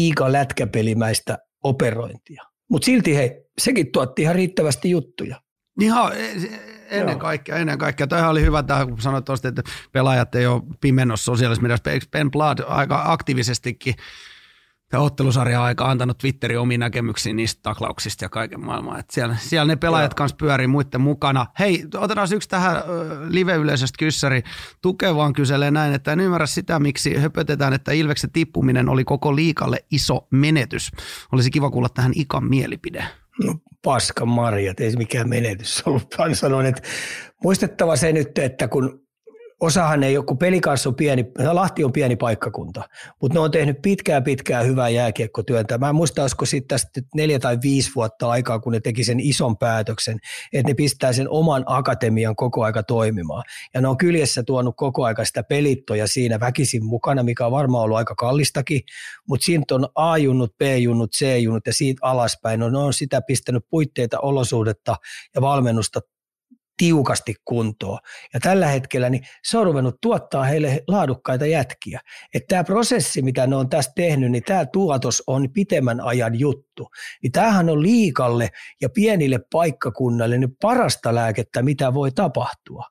Stiga-lätkäpelimäistä operointia. Mutta silti hei, sekin tuotti ihan riittävästi juttuja. Ihan ennen kaikkea, ennen kaikkea. Toihan oli hyvä, tähän, kun sanoit tuosta, että pelaajat ei ole pimennossa sosiaalisessa mediassa. Ben Blood aika aktiivisestikin ottelusarjan aika antanut Twitterin omiin näkemyksiin niistä taklauksista ja kaiken maailman. Että siellä, siellä ne pelaajat Joo. kanssa pyörii muiden mukana. Hei, otetaan yksi tähän live-yleisöstä kyssäri. Tuke vaan kyselee näin, että en ymmärrä sitä, miksi höpötetään, että Ilveksen tippuminen oli koko liikalle iso menetys. Olisi kiva kuulla tähän Ikan mielipide. No paska marjat, ei se mikään menetys ollut. Hän sanoi, että muistettava se nyt, että kun osahan ei ole, kun Pelikans on pieni, Lahti on pieni paikkakunta, mutta ne on tehnyt pitkään pitkään hyvää jääkiekkotyöntä. Mä en muista, olisiko sitten tästä neljä tai viisi vuotta aikaa, kun ne teki sen ison päätöksen, että ne pistää sen oman akatemian koko aika toimimaan. Ja ne on kyljessä tuonut koko aika sitä pelittoja siinä väkisin mukana, mikä on varmaan ollut aika kallistakin, mutta siinä on A-junnut, B-junnut, C-junnut ja siitä alaspäin. No, ne on sitä pistänyt puitteita, olosuhdetta ja valmennusta tiukasti kuntoon. Ja tällä hetkellä niin se on ruvennut tuottaa heille laadukkaita jätkiä. Että tämä prosessi, mitä ne on tässä tehnyt, niin tämä tuotos on pitemmän ajan juttu. Niin tämähän on liikalle ja pienille paikkakunnalle niin parasta lääkettä, mitä voi tapahtua.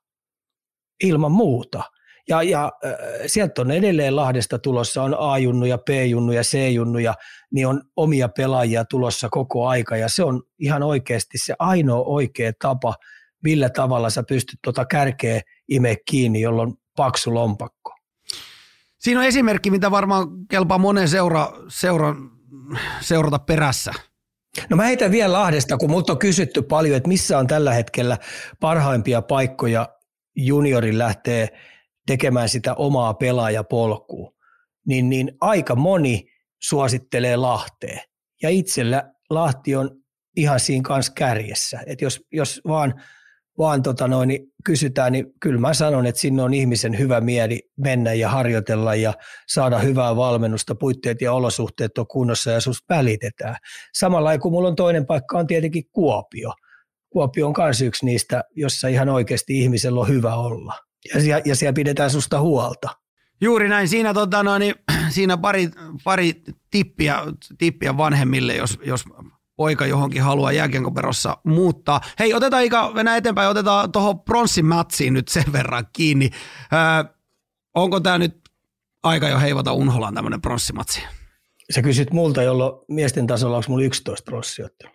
Ilman muuta. Ja, ja äh, sieltä on edelleen Lahdesta tulossa, on A-junnuja, B-junnuja, C-junnuja, niin on omia pelaajia tulossa koko aika. Ja se on ihan oikeasti se ainoa oikea tapa, millä tavalla sä pystyt tuota kärkeä imeä kiinni, jolloin paksu lompakko. Siinä on esimerkki, mitä varmaan kelpaa monen seura, seura, seurata perässä. No mä heitän vielä Lahdesta, kun multa on kysytty paljon, että missä on tällä hetkellä parhaimpia paikkoja juniorin lähtee tekemään sitä omaa pelaajapolkua. Niin, niin aika moni suosittelee Lahteen. Ja itsellä Lahti on ihan siinä kanssa kärjessä. Että jos, jos vaan vaan tota noin, niin kysytään, niin kyllä mä sanon, että sinne on ihmisen hyvä mieli mennä ja harjoitella ja saada hyvää valmennusta, puitteet ja olosuhteet on kunnossa ja susta välitetään. Samalla kun mulla on toinen paikka on tietenkin Kuopio. Kuopio on myös yksi niistä, jossa ihan oikeasti ihmisellä on hyvä olla ja, ja siellä pidetään susta huolta. Juuri näin. Siinä, tota, no, niin, siinä pari, pari tippiä, tippiä vanhemmille, jos, jos poika johonkin haluaa jääkiekkoperossa muuttaa. Hei, otetaan Ika, mennään eteenpäin, otetaan tuohon pronssimatsiin nyt sen verran kiinni. Öö, onko tämä nyt aika jo heivata Unholaan tämmöinen pronssimatsi? Sä kysyt multa, jolloin miesten tasolla onko mulla yksitoista pronssiottelua?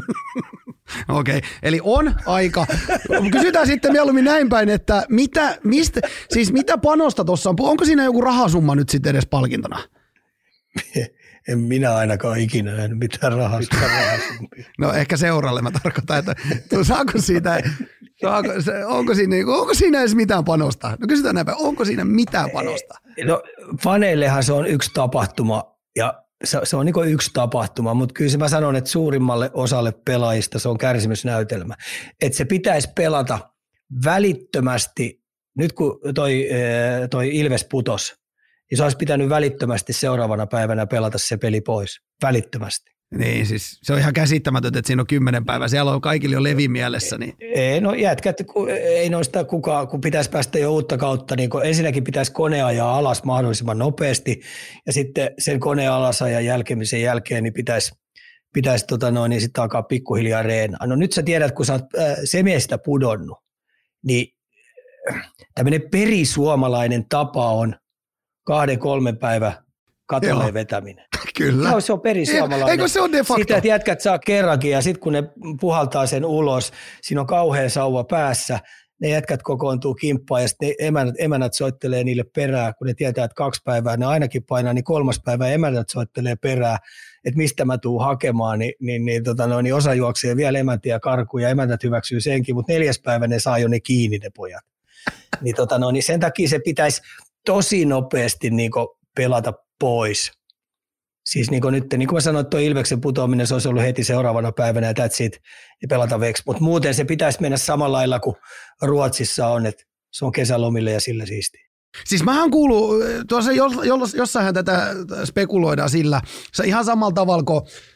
Okei, okay. Eli on aika. Kysytään sitten mieluummin näin päin, että mitä, mistä, siis mitä panosta tuossa on? Onko siinä joku rahasumma nyt sitten edes palkintona? En minä ainakaan ikinä nähnyt mitään rahasummia. No ehkä seuralle mä tarkoitan, että saako siitä, saako, onko, siinä, onko siinä edes mitään panosta? No kysytään näinpä, onko siinä mitään panosta? No faneillehan se on yksi tapahtuma ja se, se on niin kuin yksi tapahtuma, mutta kyllä se mä sanon, että suurimmalle osalle pelaajista se on kärsimysnäytelmä. Että se pitäisi pelata välittömästi, nyt kun toi, toi Ilves putos, niin se olisi pitänyt välittömästi seuraavana päivänä pelata se peli pois. Välittömästi. Niin, siis se on ihan käsittämätöntä, että siinä on kymmenen päivää. Siellä on kaikille jo levi mielessä. Niin. Ei, no jätkät, ei noista kukaan, kun pitäisi päästä jo uutta kautta, niin ensinnäkin pitäisi kone ajaa alas mahdollisimman nopeasti, ja sitten sen koneen alasajan jälkeen, jälkeen niin pitäisi, pitäisi tota noin, niin sitten alkaa pikkuhiljaa reenaa. No nyt sä tiedät, kun sä oot äh, semiestä pudonnut, niin tämmöinen perisuomalainen tapa on kahden, kolmen päivän katolle vetäminen. Kyllä. No, se on perisuomalainen. Eikö se ole de facto? Sitä, että jätkät saa kerrankin ja sitten kun ne puhaltaa sen ulos, siinä on kauhea sauva päässä, ne jätkät kokoontuu kimppaan ja sitten emänät, emänät soittelee niille perää, kun ne tietää, että kaksi päivää ne ainakin painaa, niin kolmas päivä emänät soittelee perää, että mistä mä tuun hakemaan, niin, niin, niin, tota no, niin osa juoksee vielä emäntiä karkuun ja emäntät hyväksyy senkin, mutta neljäs päivä ne saa jo ne kiinni ne pojat. Niin, tota no, niin sen takia se pitäisi tosi nopeasti niin kuin pelata pois. Siis niin kuin nyt, niin kuin mä sanoin, että tuo Ilveksen putoaminen, se olisi ollut heti seuraavana päivänä ja that's it, ja pelata veksi. Mutta muuten se pitäisi mennä samalla lailla kuin Ruotsissa on, että se on kesälomille ja sillä siistiä. Siis mähän kuuluu, tuossa jossain tätä spekuloidaan sillä, se ihan samalla tavalla kuin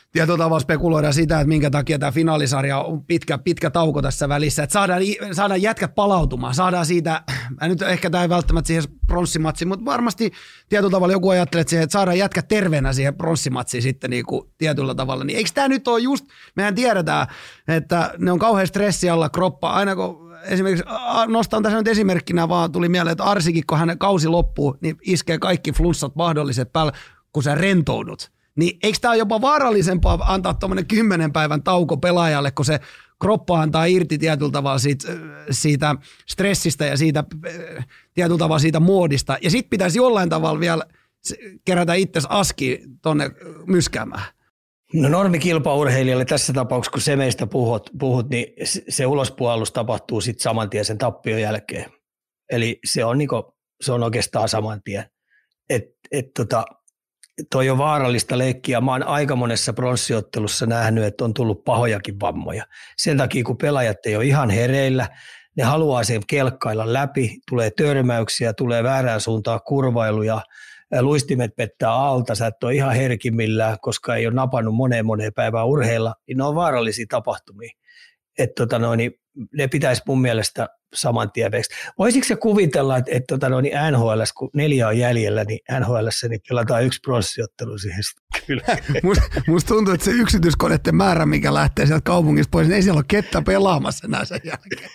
tietyllä tavalla spekuloidaan sitä, että minkä takia tämä finaalisarja on pitkä, pitkä tauko tässä välissä, että saadaan, saadaan jätkät palautumaan, saadaan siitä, nyt ehkä tämä ei välttämättä siihen pronssimatsiin, mutta varmasti tietyllä tavalla joku ajattelee, että, siihen, että saadaan jätkät terveenä siihen pronssimatsiin sitten niin kuin tietyllä tavalla, niin eikö tämä nyt ole just, mehän tiedetään, että ne on kauhean stressi alla kroppa, aina kun esimerkiksi, nostan tässä nyt esimerkkinä vaan, tuli mieleen, että Arsikin, kun hänen kausi loppuu, niin iskee kaikki flunssat mahdolliset päällä, kun sä rentoudut. Niin eikö tämä ole jopa vaarallisempaa antaa tuommoinen kymmenen päivän tauko pelaajalle, kun se kroppa antaa irti tietyllä tavalla siitä, siitä stressistä ja siitä tietyllä tavalla siitä muodista. Ja sitten pitäisi jollain tavalla vielä kerätä itsesi aski tuonne myskäämään. No normikilpaurheilijalle tässä tapauksessa, kun se meistä puhut, puhut, niin se ulospuhallus tapahtuu sitten saman tien sen tappion jälkeen. Eli se on, niinku, se on oikeastaan saman tien. Et, et tota, toi on vaarallista leikkiä. Mä oon aika monessa pronssiottelussa nähnyt, että on tullut pahojakin vammoja. Sen takia, kun pelaajat ei ole ihan hereillä, ne haluaa sen kelkkailla läpi, tulee törmäyksiä, tulee väärään suuntaan kurvailuja, luistimet pettää alta, sä et ole ihan herkimmillään, koska ei ole napannut moneen moneen päivään urheilla, niin ne on vaarallisia tapahtumia. Että tota noin, ne pitäisi mun mielestä saman tien veksi. Voisitko se kuvitella, että, että tota noin, N H L, kun neljä on jäljellä, niin N H L:ssä niin pelataan yksi pronssiottelu siihen kyllä. Musta must tuntuu, että se yksityiskoneiden määrä, mikä lähtee sieltä kaupungista pois, niin ei siellä ole kettä pelaamassa enää sen jälkeen.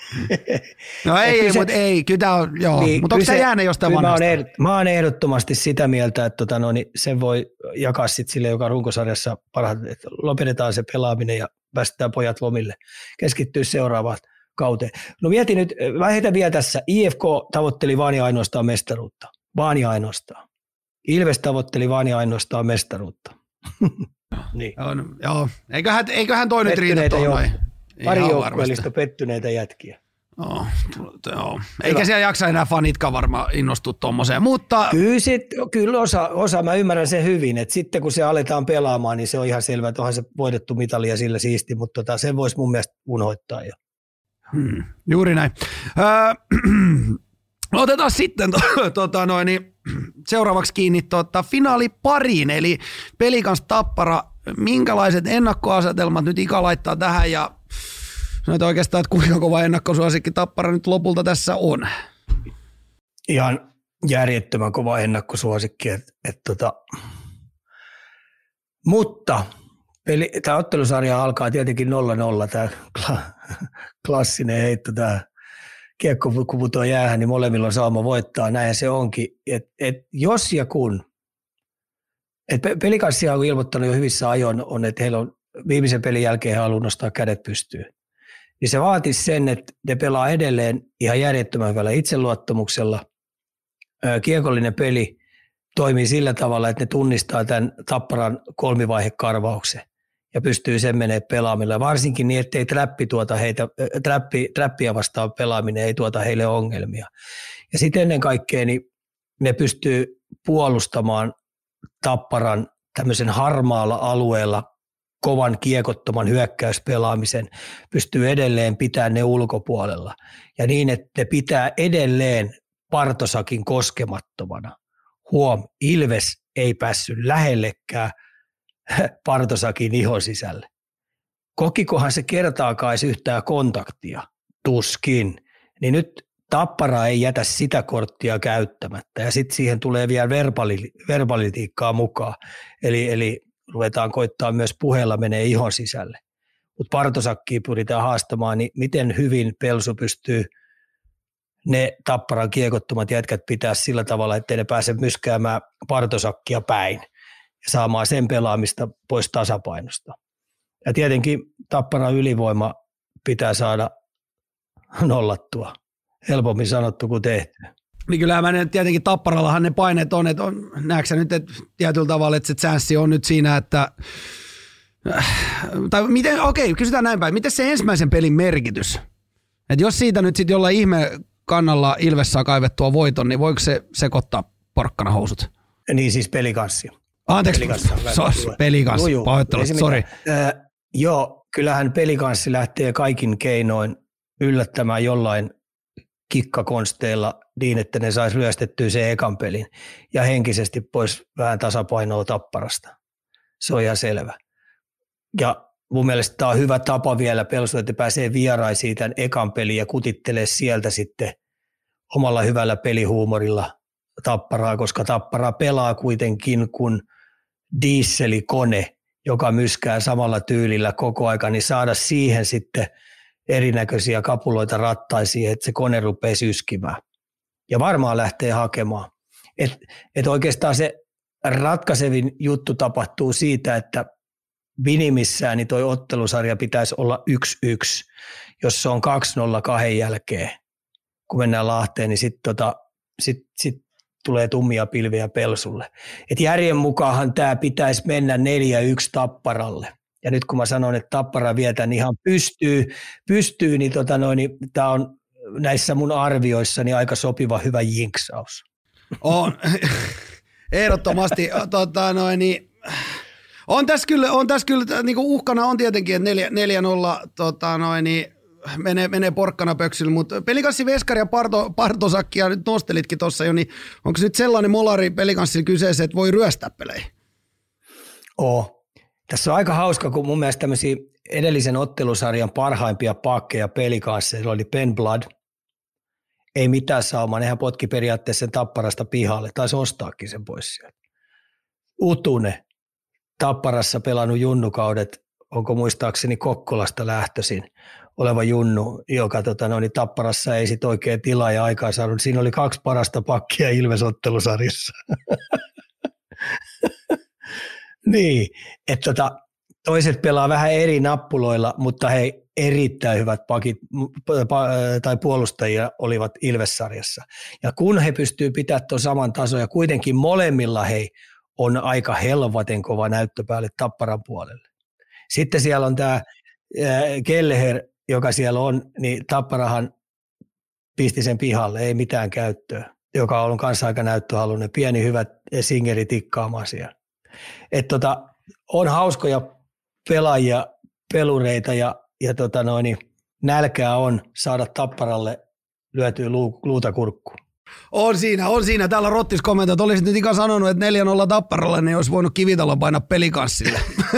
No ei, ei, mutta ei, kyllä tämä on, joo. Niin, mutta onko tämä jäänyt jostain vanhasta? Mä, mä oon ehdottomasti sitä mieltä, että tota noin, sen voi jakaa sitten sille, joka runkosarjassa parhaiten, että lopetetaan se pelaaminen ja päästetään pojat lomille, keskittyy seuraavaan kauteen. No mietin nyt, mä heitän vielä tässä, I F K tavoitteli vaan ja ainoastaan mestaruutta, vaan ja ainoastaan. Ilves tavoitteli vaan ja ainoastaan mestaruutta. Niin. On, joo, eiköhän, eiköhän toi nyt riitä tuohon noin. Pari joukkueellista pettyneitä jätkiä. Oh, joo. Eikä siellä jaksa enää fanitkaan varmaan innostua tuommoiseen, mutta... Kyllä, sit, kyllä osa, osa, mä ymmärrän sen hyvin, että sitten kun se aletaan pelaamaan, niin se on ihan selvä, että onhan se voitettu mitali ja sillä siisti, mutta tota, sen voisi mun mielestä unohtaa jo. Hmm, juuri näin. Öö, otetaan sitten to, tota noin, niin seuraavaksi kiinni tota, finaalipariin, eli Pelikans Tappara. Minkälaiset ennakkoasetelmat nyt Ika laittaa tähän ja sanoit oikeastaan, että kuinka kova ennakkosuosikki Tappara nyt lopulta tässä on? Ihan järjettömän kova ennakkosuosikki. Et, et tota. Mutta peli, tämä ottelusarja alkaa tietenkin nolla nolla, tämä klassinen heitto, tämä kiekko kun putoaa jäähän, niin molemmilla on sauma voittaa, näin se onkin. Et, et jos ja kun, että Pelikanssia on ilmoittanut jo hyvissä ajoin, on, että heillä on viimeisen pelin jälkeen halunnut nostaa kädet pystyyn. Niin se vaatisi sen, että ne pelaa edelleen ihan järjettömän hyvällä itseluottamuksella. Kiekollinen peli toimii sillä tavalla, että ne tunnistaa tämän Tapparan kolmivaihekarvauksen ja pystyy sen menee pelaamilla. Varsinkin niin, ettei trappi tuota heitä, trappi, trappia vastaan pelaaminen ei tuota heille ongelmia. Ja sitten ennen kaikkea niin ne pystyy puolustamaan Tapparan tämmöisen harmaalla alueella kovan kiekottoman hyökkäyspelaamisen, pystyy edelleen pitämään ne ulkopuolella. Ja niin, että ne pitää edelleen Partosakin koskemattomana. Huom, Ilves ei päässyt lähellekään Partosakin ihon sisälle. Kokikohan se kertaakaan edes yhtään kontaktia? Tuskin. Niin nyt Tappara ei jätä sitä korttia käyttämättä ja sitten siihen tulee vielä verbali, verbalitiikkaa mukaan. Eli, eli ruvetaan koittaa myös puheella menee ihon sisälle. Mutta Partosakkiin pyritään haastamaan, niin miten hyvin Pelsu pystyy ne Tapparan kiekottomat jätkät pitää sillä tavalla, ettei ne pääse myskäämään Partosakkia päin ja saamaan sen pelaamista pois tasapainosta. Ja tietenkin Tapparan ylivoima pitää saada nollattua. Helpommin sanottu kuin tehty. Niin kyllähän mä tietenkin Tapparallahan ne paineet on, että on, näetkö sä nyt että tietyllä tavalla, että se chanssi on nyt siinä, että tai miten, okei, kysytään näin päin, miten se ensimmäisen pelin merkitys? Että jos siitä nyt sitten jollain ihme kannalla Ilves saa kaivettua voiton, niin voiko se sekoittaa porkkana housut? Niin siis Pelikanssi. Anteeksi, Pelikanssi, pahoittelut, sori. Äh, joo, kyllähän Pelikanssi lähtee kaikin keinoin yllättämään jollain kikkakonsteilla niin, että ne saisi ryöstettyä sen ekan pelin ja henkisesti pois vähän tasapainoa Tapparasta. Se on ihan selvä. ja mun mielestä tämä on hyvä tapa vielä Pelsu, että pääsee vieraisiin tämän ekan pelin ja kutittelee sieltä sitten omalla hyvällä pelihuumorilla Tapparaa, koska Tappara pelaa kuitenkin kuin dieselikone, joka myskää samalla tyylillä koko aika, niin saada siihen sitten erinäköisiä kapuloita rattaisiin, että se kone rupeaa syskimään. Ja varmaan lähtee hakemaan. Et, et oikeastaan se ratkaisevin juttu tapahtuu siitä, että minimissään niin toi ottelusarja pitäisi olla yksi yksi, jos se on kaksi nolla kahden jälkeen. Kun mennään Lahteen, niin sitten tota, sit, sit tulee tummia pilviä Pelsulle. Et järjen mukaanhan tämä pitäisi mennä neljä yksi Tapparalle. Ja nyt kun mä sanon, että Tappara vietän ihan pystyy, pystyy niin, tota noin, niin tämä on näissä mun arvioissani aika sopiva hyvä jinksaus. On, ehdottomasti. tota, noin, niin, on tässä kyllä, on tässä kyllä niin kuin uhkana on tietenkin, että neljä nolla tota, noin, niin, menee, menee porkkana pöksyllä, mutta Pelikanssi Veskari ja Parto, Partosakkia nyt nostelitkin tuossa jo, niin onko nyt sellainen molari Pelikanssilla kyseessä, että voi ryöstää pelejä? Oo. Tässä on aika hauska, kun mun mielestä tämmöisiä edellisen ottelusarjan parhaimpia pakkeja Pelikansseilla oli Ben Blood. Ei mitään saumaa, nehän potki periaatteessa sen Tapparasta pihalle, taisi ostaakin sen pois sieltä. Utune, Tapparassa pelannut junnukaudet, onko muistaakseni Kokkolasta lähtöisin oleva junnu, joka tota, no, niin Tapparassa ei sit oikein tilaa ja aikaa saanut. Siinä oli kaksi parasta pakkia Ilves-ottelusarjassa. Niin, että tota, toiset pelaa vähän eri nappuloilla, mutta hei, erittäin hyvät pakit tai puolustajia olivat Ilves-sarjassa. Ja kun he pystyvät pitämään tuon saman tason ja kuitenkin molemmilla hei on aika helvaten kova näyttö päälle Tapparan puolelle. Sitten siellä on tämä Kelleher, joka siellä on, niin Tapparahan pisti sen pihalle, ei mitään käyttöä, joka on kanssa aika näyttöhaluinen, pieni hyvä singeri tikkaamaan siellä. Että tota, on hauskoja pelaajia, pelureita ja, ja tota noin, nälkää on saada Tapparalle lyötyä luu, luuta kurkkuun. On siinä, on siinä. Täällä Rottis kommentoi, että olisit nyt ikään sanonut, että neljä nolla Tapparalle, niin olisi voinut Kivitalo painaa Pelikanssille.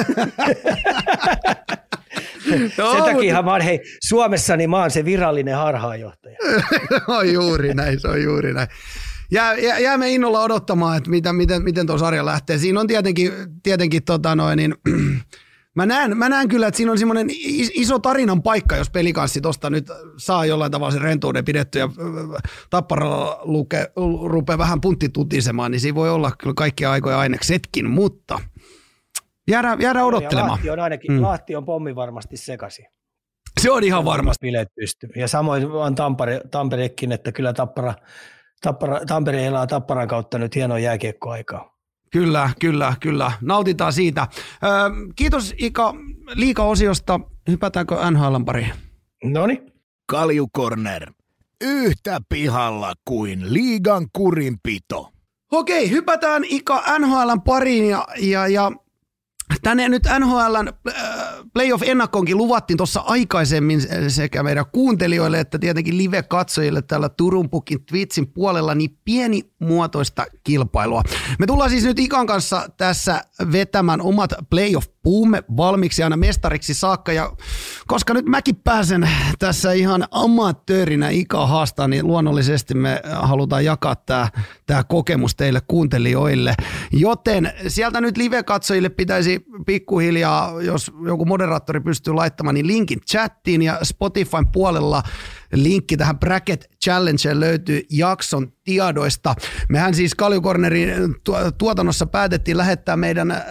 Sen takia mä oon, hei, Suomessa niin mä oon se virallinen harhaanjohtaja. On juuri näin, se on juuri näin. Jää, jää, jäämme innolla odottamaan, että mitä, miten, miten tuo sarja lähtee. Siinä on tietenkin, tietenkin tota noin, niin, mä, näen, mä näen kyllä, että siinä on semmoinen iso tarinan paikka, jos Pelikanssi tuosta nyt saa jollain tavalla sen rentouden pidetty ja Tapparalla luke, rupeaa vähän puntti tutisemaan, niin siinä voi olla kyllä kaikkia aikoja aineksetkin, mutta jäädään, jäädään odottelemaan. Lahti on ainakin, mm. Lahti on pommi varmasti sekaisin. Se on ihan varmasti. Bileet pystyy. Ja samoin on Tampere, Tamperekin, että kyllä Tappara, Tappara, Tampere elää Tapparan kautta nyt hienoa jääkiekkoaikaa. Kyllä, kyllä, kyllä. Nautitaan siitä. Öö, kiitos Ika liiga-osiosta. Hypätäänkö N H L:n pariin? Noniin. Kalju Corner. Yhtä pihalla kuin liigan kurinpito. Okei, hypätään Ika N H L:n pariin ja, ja, ja tänne nyt N H L:n playoff-ennakkoonkin luvattiin tuossa aikaisemmin sekä meidän kuuntelijoille että tietenkin live-katsojille täällä Turun Pukin Twitchin puolella niin pienimuotoista kilpailua. Me tullaan siis nyt Ikan kanssa tässä vetämään omat playoff-puumme valmiiksi aina mestariksi saakka ja koska nyt mäkin pääsen tässä ihan amatöörinä Ika haastaa, niin luonnollisesti me halutaan jakaa tämä, tämä kokemus teille kuuntelijoille. Joten sieltä nyt live-katsojille pitäisi pikkuhiljaa, jos joku moderaattori pystyy laittamaan, niin linkin chattiin ja Spotifyn puolella linkki tähän Bracket Challengeen löytyy jakson tiedoista. Mehän siis Kalju Cornerin tuotannossa päätettiin lähettää meidän, äh,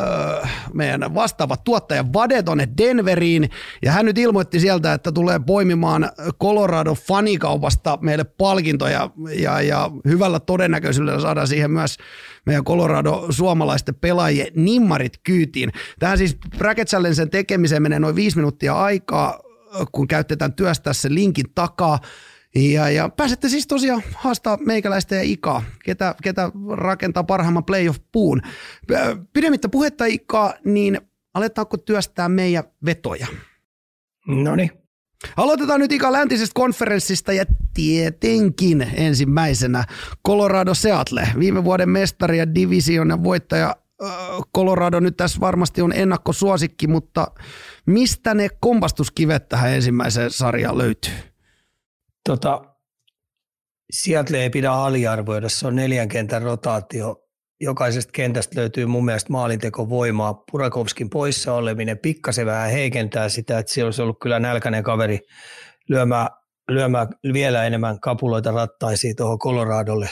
meidän vastaava tuottaja Vade tonne Denveriin ja hän nyt ilmoitti sieltä, että tulee poimimaan Colorado fanikaupasta meille palkintoja ja, ja hyvällä todennäköisyydellä saadaan siihen myös meidän Colorado suomalaisten pelaajien nimmarit kyytiin. Tähän siis Bracket Challengen tekemiseen menee noin viisi minuuttia aikaa, kun käytetään työstää sen linkin takaa. Ja, ja pääsette siis tosiaan haastaa meikäläistä ja Ikaa, ketä, ketä rakentaa parhaimman playoff-puun. Pidemmittä puhetta Ikaa, niin aletaanko työstää meidän vetoja? Noniin. Aloitetaan nyt Ika läntisestä konferenssista ja tietenkin ensimmäisenä Colorado Seattle. Viime vuoden mestari ja divisionan voittaja Colorado nyt tässä varmasti on ennakkosuosikki, mutta mistä ne kompastuskivet tähän ensimmäiseen sarjaan löytyy? Tota, Seattle ei pidä aliarvoida, se on neljän kentän rotaatio. Jokaisesta kentästä löytyy mun mielestä maalintekovoimaa. Burakovskin poissa oleminen pikkasen vähän heikentää sitä, että siellä olisi ollut kyllä nälkäinen kaveri lyömään, lyömään vielä enemmän kapuloita rattaisiin tuohon Coloradolle.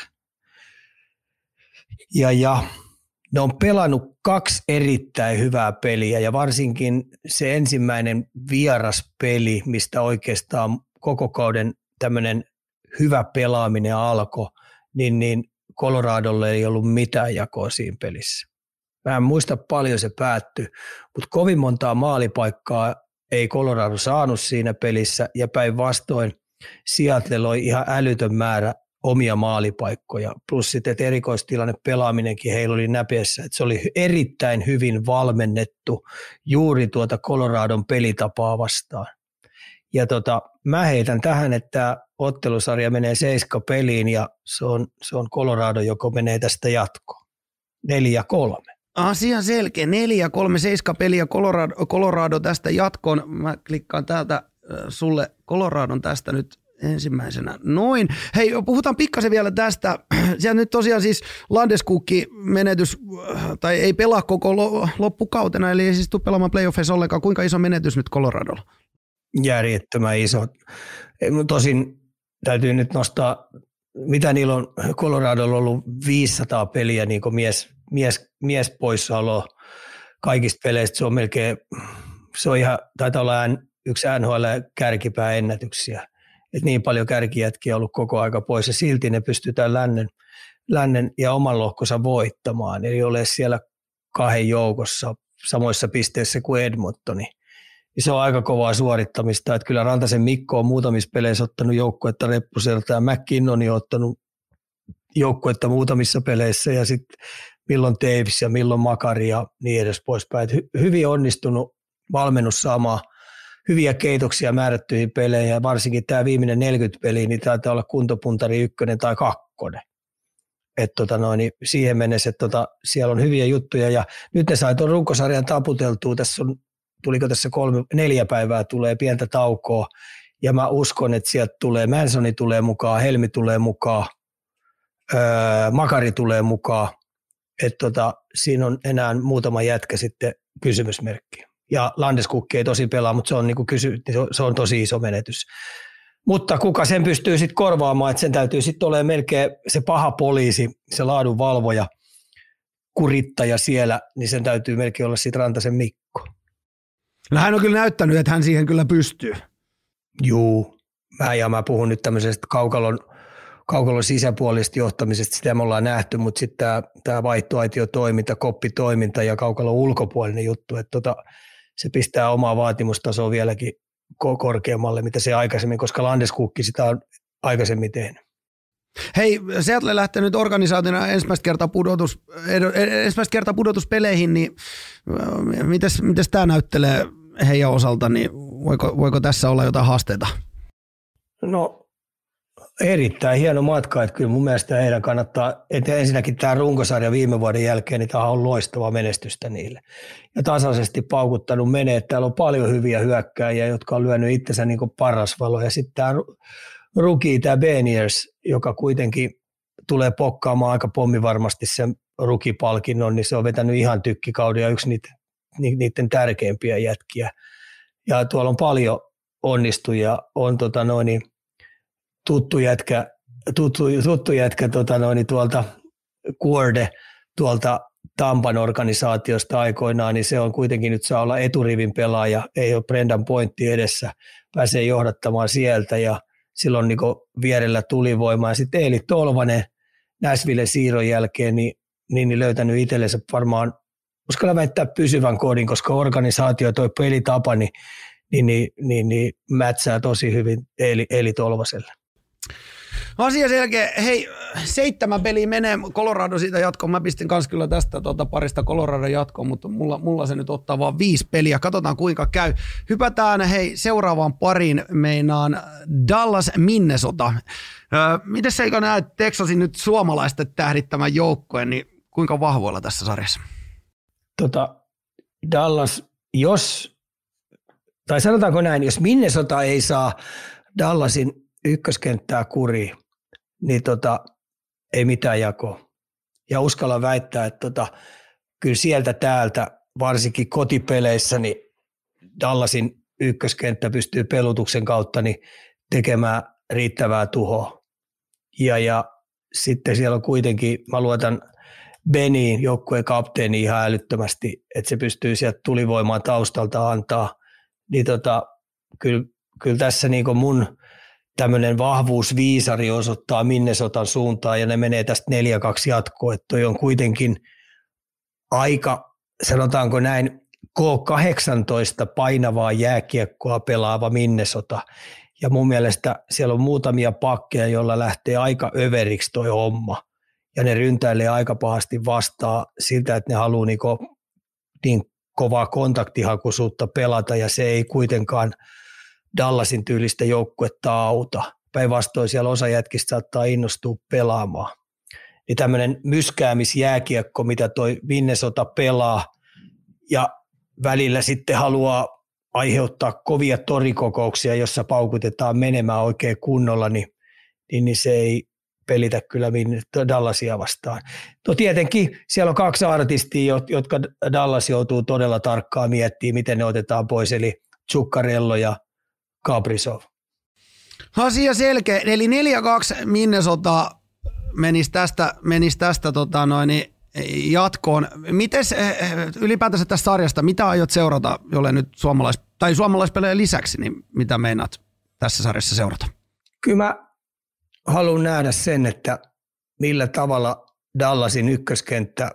Ja, ja ne on pelannut kaksi erittäin hyvää peliä ja varsinkin se ensimmäinen vieraspeli, mistä oikeastaan koko kauden tämmöinen hyvä pelaaminen alkoi, niin, niin Coloradolle ei ollut mitään jakoa siinä pelissä. Mä en muista paljon se päättyi, mutta kovin montaa maalipaikkaa ei Colorado saanut siinä pelissä ja päinvastoin Seattle oli ihan älytön määrä omia maalipaikkoja, plus sitten että erikoistilanne pelaaminenkin heillä oli näpeessä, että se oli erittäin hyvin valmennettu juuri tuota Coloradon pelitapaa vastaan. Ja tota, mä heitän tähän, että ottelusarja menee seiska peliin ja se on, se on Colorado, joka menee tästä jatkoon. Neljä kolme. Asia selkeä. Neljä kolme seiska peliä Colorado, Colorado tästä jatkoon. Mä klikkaan täältä sulle Coloradon tästä nyt ensimmäisenä. Noin. Hei, puhutaan pikkasen vielä tästä. Sieltä nyt tosiaan siis Landeskukki menetys, tai ei pelaa koko loppukautena, eli ei siis tule pelaamaan playoffeissa ollenkaan. Kuinka iso menetys nyt Coloradolla? Järjettömän iso. Tosin täytyy nyt nostaa, mitä niillä on Coloradolla ollut viisisataa peliä niin kuin mies, mies, mies poissaolo kaikista peleistä. Se on melkein, se on ihan, taitaa olla yksi N H L-kärkipää ennätyksiä. Et niin paljon kärkijätkiä on ollut koko aika pois ja silti ne pystytään lännen, lännen ja oman lohkonsa voittamaan. Eli ole siellä kahden joukossa samoissa pisteissä kuin Edmontoni. Ja se on aika kovaa suorittamista, että kyllä Rantasen Mikko on muutamissa peleissä ottanut joukkuetta reppuselta ja McKinnon on ottanut joukkuetta muutamissa peleissä ja sitten milloin Taves ja milloin Makari ja niin edes poispäin. Hy- hyvin onnistunut valmennus saamaan hyviä keitoksia määrättyihin peleihin ja varsinkin tämä viimeinen neljäkymmentä peliä, niin taitaa olla kuntopuntari ykkönen tai kakkonen. Et tota noin, niin siihen mennessä, että tota, siellä on hyviä juttuja ja nyt ne sai tuon runkosarjan taputeltua. Tässä on, tuliko tässä kolme, neljä päivää tulee pientä taukoa ja mä uskon, että sieltä tulee, Mansoni tulee mukaan, Helmi tulee mukaan, öö, Makari tulee mukaan. Että tota, siinä on enää muutama jätkä sitten kysymysmerkki. Ja Landeskukki ei tosi pelaa, mutta se on, niinku kysy, se on tosi iso menetys. Mutta kuka sen pystyy sitten korvaamaan, että sen täytyy sitten olla melkein se paha poliisi, se laadunvalvoja, kurittaja siellä, niin sen täytyy melkein olla sitten Rantasen Mikko. No hän on kyllä näyttänyt, että hän siihen kyllä pystyy. Juu, mä, ja mä puhun nyt tämmöisestä kaukalon, kaukalon sisäpuolisesta johtamisesta, sitä me ollaan nähty, mutta sitten tämä, tämä vaihtoaitiotoiminta, koppitoiminta ja kaukalon ulkopuolinen juttu, että tota, se pistää omaa vaatimustasoa vieläkin korkeammalle, mitä se aikaisemmin, koska Landeskukki sitä on aikaisemmin tehnyt. Hei, Seattle lähtee nyt organisaationa ensimmäistä kertaa, pudotus, ensimmäistä kertaa pudotuspeleihin, niin mites, mites tämä näyttelee heidän osalta, niin voiko, voiko tässä olla jotain haasteita? No erittäin hieno matka, että kyllä mun mielestä heidän kannattaa, että ensinnäkin tämä runkosarja viime vuoden jälkeen, niin tämä on loistavaa menestystä niille. Ja tasaisesti paukuttanut menee, että täällä on paljon hyviä hyökkääjiä, jotka on lyönyt itsensä niin kuin parasvalo. Ja sitten tämä rookie, tämä Beniers, joka kuitenkin tulee pokkaamaan aika pommivarmasti sen rookie-palkinnon, niin se on vetänyt ihan tykkikauden ja yksi niitä, niiden tärkeimpiä jätkiä. Ja tuolla on paljon onnistujia, on tota noin, tuttu jätkä, tuttu, tuttu jätkä tota noin, tuolta Guorde, tuolta Tampan organisaatiosta aikoinaan, niin se on kuitenkin nyt saa olla eturivin pelaaja, ei ole Brendan Pointti edessä, pääsee johdattamaan sieltä ja silloin niin vierellä tulivoimaa. Ja sitten Eeli Tolvanen Nashvillen siirron jälkeen niin, niin, niin löytänyt itsellensä varmaan, uskalla väittää pysyvän kodin, koska organisaatio toi pelitapa, niin, niin, niin, niin, niin mätsää tosi hyvin Eeli, Eeli Tolvaselle. Asia selkeä. Hei, seitsemän peliä menee Colorado siitä jatkoon. Mä pistin kans kyllä tästä tuota parista Colorado jatkoon, mutta mulla, mulla se nyt ottaa vaan viisi peliä. Katsotaan kuinka käy. Hypätään hei seuraavaan pariin. Meinaan Dallas Minnesota. Öö, miten seikö näet Texasin nyt suomalaisten tähdittämän joukkojen, niin kuinka vahvoilla tässä sarjassa? tota, Dallas, jos, tai sanotaanko näin, jos Minnesota ei saa Dallasin ykköskenttää kuriin, niin tota, ei mitään jakoa. Ja uskalla väittää, että tota, kyllä sieltä täältä, varsinkin kotipeleissä, niin Dallasin ykköskenttä pystyy pelutuksen kautta niin tekemään riittävää tuhoa. Ja, ja sitten siellä on kuitenkin, mä luotan Beniin, joukkueen kapteeni ihan älyttömästi, että se pystyy sieltä tulivoimaa taustalta antaa. Niin tota, kyllä, kyllä tässä niin kuin mun tämmöinen vahvuusviisari osoittaa Minnesotan suuntaan ja ne menee tästä neljä kaksi jatkoon. Että toi on kuitenkin aika, sanotaanko näin, K kahdeksantoista painavaa jääkiekkoa pelaava Minnesota. Ja mun mielestä siellä on muutamia pakkeja, joilla lähtee aika överiksi toi homma. Ja ne ryntäilee aika pahasti vastaan siltä, että ne haluaa niin, niin kovaa kontaktihakuisuutta pelata, ja se ei kuitenkaan Dallasin tyylistä joukkuetta auta. Päinvastoin siellä osa jätkistä saattaa innostua pelaamaan. Niin tämmöinen myskäämisjääkiekko, mitä toi Minnesota pelaa, ja välillä sitten haluaa aiheuttaa kovia torikokouksia, jossa paukutetaan menemään oikein kunnolla, niin, niin, niin se ei pelitä kyllä Dallasia vastaan. No tietenkin siellä on kaksi artistia, jotka Dallas joutuu todella tarkkaan miettimään, miten ne otetaan pois, eli Zuccarello ja Kaprizov. Asia selkeä, eli neljä kaksi Minnesota menisi tästä, menisi tästä tota noin, jatkoon. Mites ylipäätänsä tästä sarjasta, mitä aiot seurata, jolle nyt suomalais, tai suomalaispelejä lisäksi, niin mitä meinaat tässä sarjassa seurata? Kyllä mä haluan nähdä sen, että millä tavalla Dallasin ykköskenttä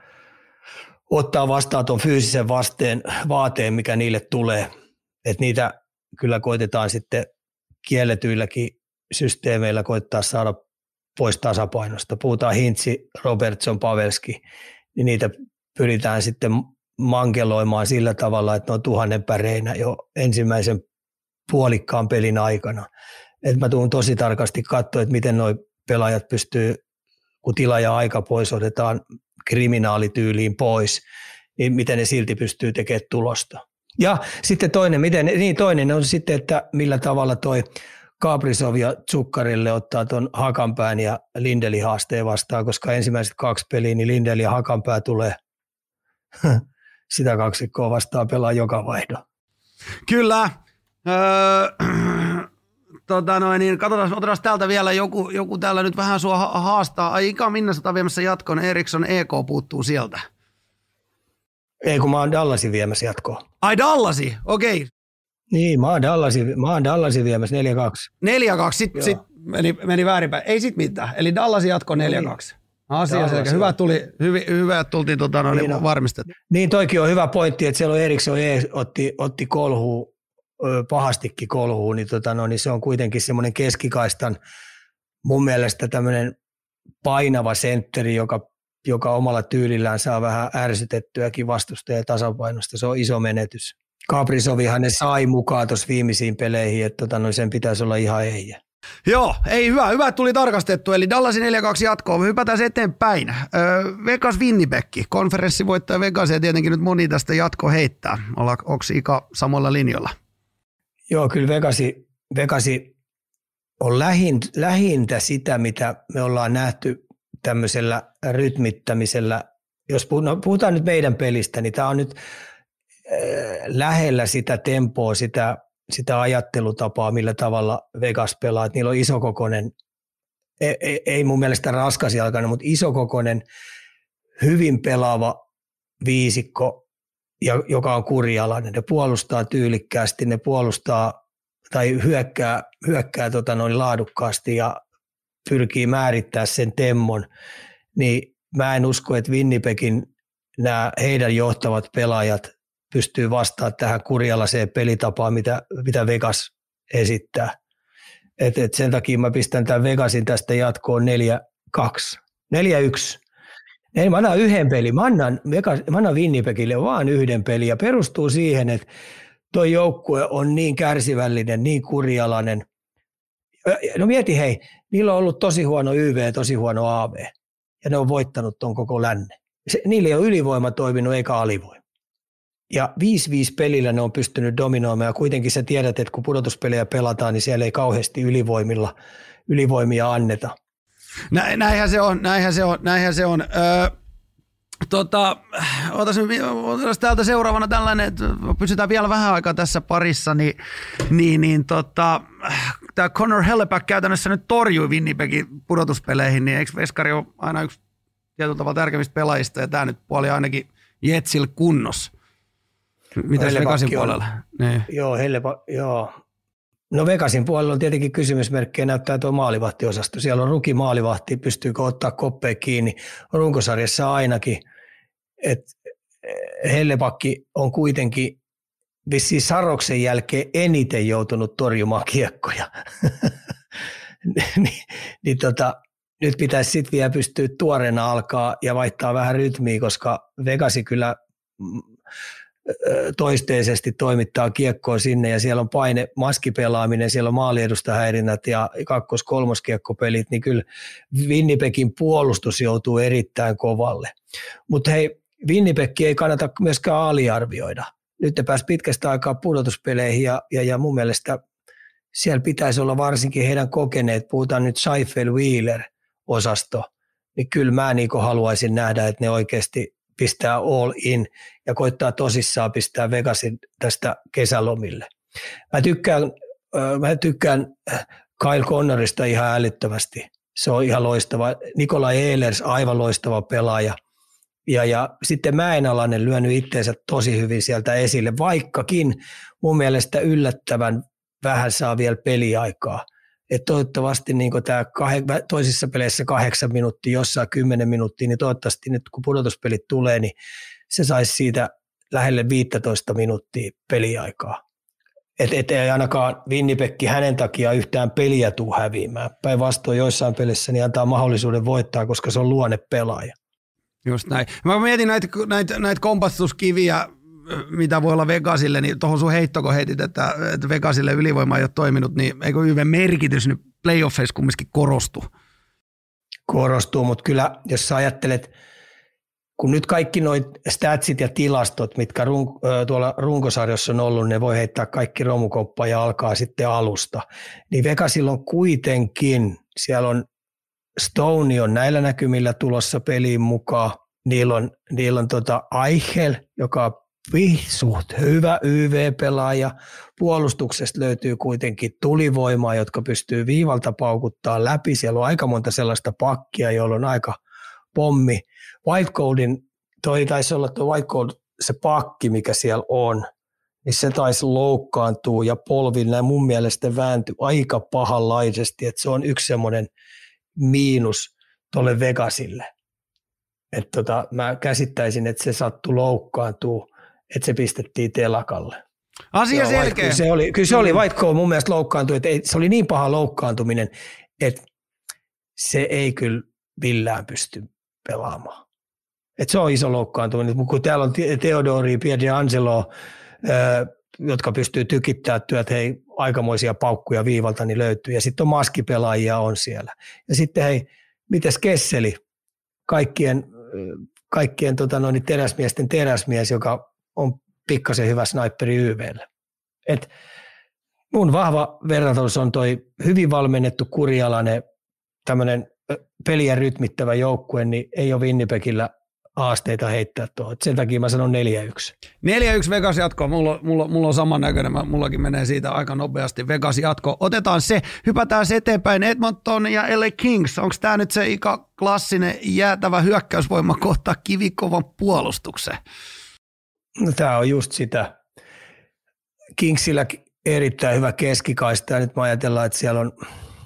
ottaa vastaan tuon fyysisen vasteen, vaateen, mikä niille tulee. Että niitä kyllä koitetaan sitten kielletyilläkin systeemeillä koittaa saada pois tasapainosta. Puhutaan Hintsi, Robertson, Pavelski, niin niitä pyritään sitten mankeloimaan sillä tavalla, että ne on tuhannen päreinä jo ensimmäisen puolikkaan pelin aikana. Et mä tuun tosi tarkasti katsoa, että miten nuo pelaajat pystyy, kun tila ja aika pois otetaan kriminaalityyliin pois, niin miten ne silti pystyy tekemään tulosta. Ja sitten toinen, miten, niin toinen on sitten, että millä tavalla toi Kaprizov ja Zuccarille ottaa tuon Hakanpään ja Lindelin haasteen vastaan, koska ensimmäiset kaksi peliä, niin Lindel ja Hakanpää tulee sitä kaksikkoa vastaan pelaa joka vaihdo. Kyllä. Öö, tota noin, niin katsotaan, otetaan täältä vielä joku, joku täällä nyt vähän sua haastaa. Ai Ika Minnesota viemässä jatkoon, Eriksson E K puuttuu sieltä. Ei, kun mä oon Dallasin viemässä jatkoon. Ai Dallasi, okei. Okay. Niin, mä oon Dallasin, mä oon Dallasin viemässä neljä kaksi. neljä kaksi, sitten sit meni, meni väärinpäin. Ei sit mitään, eli Dallasin jatko neljä kaksi. Asia selkeä. Hyvä, tuli, hyvin, hyvä että tultiin tota, no, niin, varmistettu. Niin toikin on hyvä pointti, että siellä on Eriksson E otti, otti kolhuun, pahastikin kolhuun, niin, tota, no, niin se on kuitenkin semmoinen keskikaistan mun mielestä tämmöinen painava sentteri, joka, joka omalla tyylillään saa vähän ärsytettyäkin vastustajan tasapainosta. Se on iso menetys. Kaprizovihan ne sai mukaan tuossa viimeisiin peleihin, että tota, no, sen pitäisi olla ihan ehjä. Joo, ei hyvä, hyvä tuli tarkastettu, eli Dallasin neljä kaksi jatkoon, hypätään eteenpäin. Öö, Vegas Winnipeg, konferenssivoittaja Vegas ja tietenkin nyt moni tästä jatko heittää. Onko Ika samalla linjalla? Joo, kyllä Vegasi, Vegasi on lähin, lähintä sitä, mitä me ollaan nähty tämmöisellä rytmittämisellä. Jos puhutaan, puhutaan nyt meidän pelistä, niin tämä on nyt äh, lähellä sitä tempoa, sitä sitä ajattelutapaa, millä tavalla Vegas pelaa. Että niillä on isokokoinen, ei, ei, ei mun mielestä raskasjalkainen, mutta isokokoinen, hyvin pelaava viisikko, joka on kurialainen. Ne puolustaa tyylikkäästi, ne puolustaa tai hyökkää, hyökkää tota noin laadukkaasti ja pyrkii määrittää sen temmon. Niin mä en usko, että Winnipegin nämä heidän johtavat pelaajat pystyy vastaamaan tähän kurialaiseen pelitapaan, mitä, mitä Vegas esittää. Et, et sen takia mä pistän tämän Vegasin tästä jatkoon neljä kaksi. neljä yksi. Mä annan yhden pelin. Mä annan, Vegas, mä annan Winnipegille vaan yhden pelin ja perustuu siihen, että tuo joukkue on niin kärsivällinen, niin kurialainen. No mieti hei, niillä on ollut tosi huono Y V, tosi huono A V ja ne on voittanut ton koko lännen. se, niillä ei ole ylivoima toiminut eikä alivoima. Ja viisi viisi pelillä ne on pystynyt dominoimaan ja kuitenkin sä tiedät, että kun pudotuspelejä pelataan, niin siellä ei kauheasti ylivoimilla, ylivoimia anneta. Nä, näinhän se on, näinhän se on, näinhän se on. Öö, tota, otas, otas täältä seuraavana tällainen, että pysytään vielä vähän aikaa tässä parissa, niin, niin, niin tota, tämä Connor Hellebuyck käytännössä nyt torjui Winnipegin pudotuspeleihin, niin eikö veskari ole aina yksi tietyllä tavalla tärkeimmistä pelaajista, ja tämä nyt puoli ainakin Jetsillä kunnossa. Mitäs Vegasin puolella? Niin. Joo, Hellebuyck, joo. No Vegasin puolella on tietenkin kysymysmerkkejä, näyttää tuo maalivahtiosasto. Siellä on ruki maalivahti, pystyykö ottaa koppea kiinni runkosarjassa ainakin. Et Hellebuyck on kuitenkin vissiin Saroksen jälkeen eniten joutunut torjumaan kiekkoja. Ni, niin tota, nyt pitäisi sitten vielä pystyä tuoreena alkaa ja vaihtaa vähän rytmiä, koska Vegasi kyllä toisteisesti toimittaa kiekkoa sinne ja siellä on paine, maskipelaaminen, siellä on maaliedusta-häirinnät ja kakkos-kolmoskiekkopelit, niin kyllä Winnipegin puolustus joutuu erittäin kovalle. Mutta hei, Winnipeg ei kannata myöskään aliarvioida. Nyt ne pääsi pitkästä aikaa pudotuspeleihin ja, ja, ja mun mielestä siellä pitäisi olla varsinkin heidän kokeneet, puhutaan nyt Scheifele-Wheeler-osasto, niin kyllä mä niin haluaisin nähdä, että ne oikeasti pistää all in ja koittaa tosissaan pistää Vegasin tästä kesälomille. Mä tykkään, mä tykkään Kyle Connorista ihan älyttömästi. Se on ihan loistava. Nikolai Ehlers, aivan loistava pelaaja. Ja, ja sitten Mäenalainen lyönyt itteensä tosi hyvin sieltä esille, vaikkakin mun mielestä yllättävän vähän saa vielä peliaikaa. Et toivottavasti niin tämä kah- toisissa peleissä kahdeksan minuuttia, jossain kymmenen minuuttia, niin toivottavasti nyt kun pudotuspelit tulee, niin se saisi siitä lähelle viisitoista minuuttia peliaikaa. Että et ei ainakaan Winnipeg hänen takia yhtään peliä tuu häviämään. Päinvastoin joissain pelissä niin antaa mahdollisuuden voittaa, koska se on luonnepelaaja. Just näin. Mä mietin näitä, näitä, näitä kompastuskiviä, mitä voi olla Vegasille, niin tuohon sun heitto, kun heitit, että, että Vegasille ylivoima ei ole toiminut, niin eikö Yven merkitys nyt playoffeissa kumminkin korostu? Korostuu, mutta kyllä jos sä ajattelet, kun nyt kaikki nuo statsit ja tilastot, mitkä run, tuolla runkosarjassa on ollut, ne voi heittää kaikki romukoppaa ja alkaa sitten alusta, niin Vegasilla on kuitenkin, siellä on Stone on näillä näkymillä tulossa peliin mukaan, niillä on, niillä on tota Eichel, joka on suht hyvä Y V-pelaaja. Puolustuksesta löytyy kuitenkin tulivoimaa, jotka pystyy viivalta paukuttaa läpi. Siellä on aika monta sellaista pakkia, joilla on aika pommi. Whitecoldin, toi taisi olla tuo Whitecold, se pakki, mikä siellä on, niin se taisi loukkaantua ja polvin näin mun mielestä vääntyi aika pahanlaisesti, että se on yksi semmoinen miinus tuolle Vegasille. Että tota, mä käsittäisin, että se sattui loukkaantua, että se pistettiin telakalle. Asia Joo, selkeä. Kyllä se oli, kyllä se oli Whitecold mun mielestä loukkaantui, että ei, se oli niin paha loukkaantuminen, että se ei kyllä millään pysty pelaamaan. Että se on iso loukkaantuminen, mutta kun täällä on Theodori, Pietrangelo, jotka pystyy tykittämään työt, hei, aikamoisia paukkuja viivalta, niin löytyy. Ja sitten on maskipelaajia on siellä. Ja sitten hei, mites Kesseli, kaikkien, kaikkien tota noin, teräsmiesten teräsmies, joka on pikkasen hyvä sniperi Y V:llä. Et mun vahva vertaus on toi hyvin valmennettu kurialainen tämmöinen peliä rytmittävä joukkue, niin ei ole Winnipegillä haasteita heittää tuohon. Sen takia mä sanon neljä yksi. neljä yksi Vegas jatko. Mulla, mulla, mulla on samannäköinen. Mullakin menee siitä aika nopeasti. Vegas jatko. Otetaan se. Hypätään se eteenpäin. Edmonton ja L A Kings. Onko tämä nyt se ika klassinen jäätävä hyökkäysvoima kohtaa kivikovan puolustuksen? No, tämä on just sitä. Kingsillä erittäin hyvä keskikaista. Ja nyt mä ajatellaan, että siellä on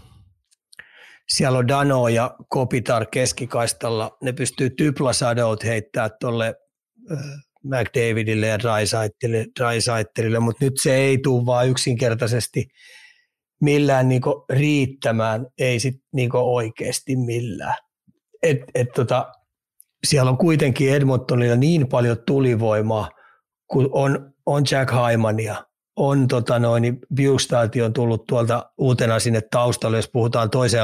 Siellä on Dano ja Kopitar keskikaistalla. Ne pystyy typlasadot heittämään tuolle McDavidille ja Draisaitelille, mutta nyt se ei tule vaan yksinkertaisesti millään niinku riittämään, ei sit niinku oikeasti millään. Et, et tota, siellä on kuitenkin Edmontonilla niin paljon tulivoimaa, kun on, on Jack Hymania. On tota noin, Bjugstad on tullut tuolta uutena sinne taustalle, jos puhutaan toisen aallon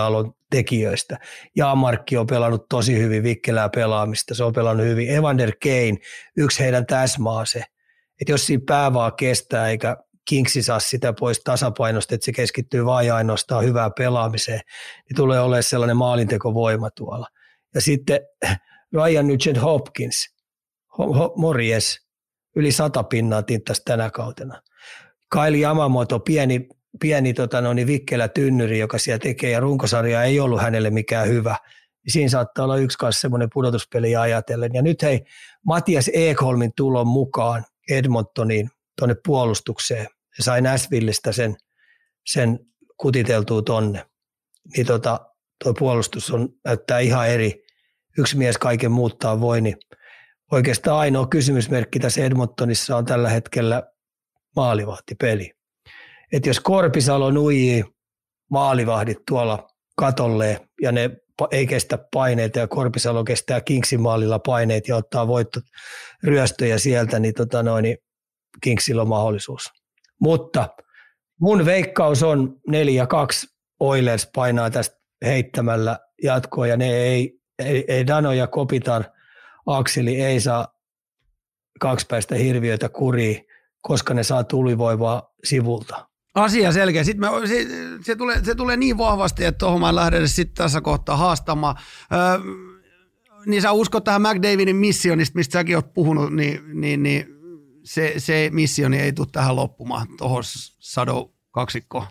tekijöistä. Jaamarkki on pelannut tosi hyvin vikkelää pelaamista, se on pelannut hyvin. Evander Kane, yksi heidän täsmäase. Että jos siinä pää vaan kestää eikä Kingsi saa sitä pois tasapainosta, että se keskittyy vain ja ainoastaan hyvään pelaamiseen, niin tulee olemaan sellainen maalintekovoima tuolla. Ja sitten Ryan Nugent-Hopkins, morjes, yli sata pinnaa tinttasi tänä kautena. Kyle Yamamoto, pieni, pieni tota noin, vikkelä tynnyri, joka siellä tekee, ja runkosarja ei ollut hänelle mikään hyvä. Siinä saattaa olla yksi kanssa semmoinen pudotuspeli ajatellen. Ja nyt hei, Matias Ekholmin tulon mukaan Edmontoniin tuonne puolustukseen. Se sai Nashvillestä sen, sen kutiteltua tonne. Niin tota, tuo puolustus on, näyttää ihan eri. Yksi mies kaiken muuttaa voi, niin oikeastaan ainoa kysymysmerkki tässä Edmontonissa on tällä hetkellä maalivahtipeli. Että jos Korpisalo nuijii maalivahdit tuolla katolleen ja ne ei kestä paineita ja Korpisalo kestää Kingsin maalilla paineet ja ottaa voittoryöstöjä sieltä, niin, tota noin, niin Kingsilla on mahdollisuus. Mutta mun veikkaus on neljä kaksi Oilers painaa tästä heittämällä jatkoa ja ne ei, ei, ei Dano ja Kopitar akseli ei saa kaksipäistä hirviöitä kuriin, koska ne saa tulivoimaa sivulta. Asia selkeä. Sitten me, se, se, tulee, se tulee niin vahvasti, että tuohon mä en lähde sitten tässä kohtaa haastamaan. Öö, niin sä uskot tähän McDavidin missionista, mistä säkin oot puhunut, niin, niin, niin se, se missioni ei tule tähän loppumaan, tuohon Sado kaksikkoon.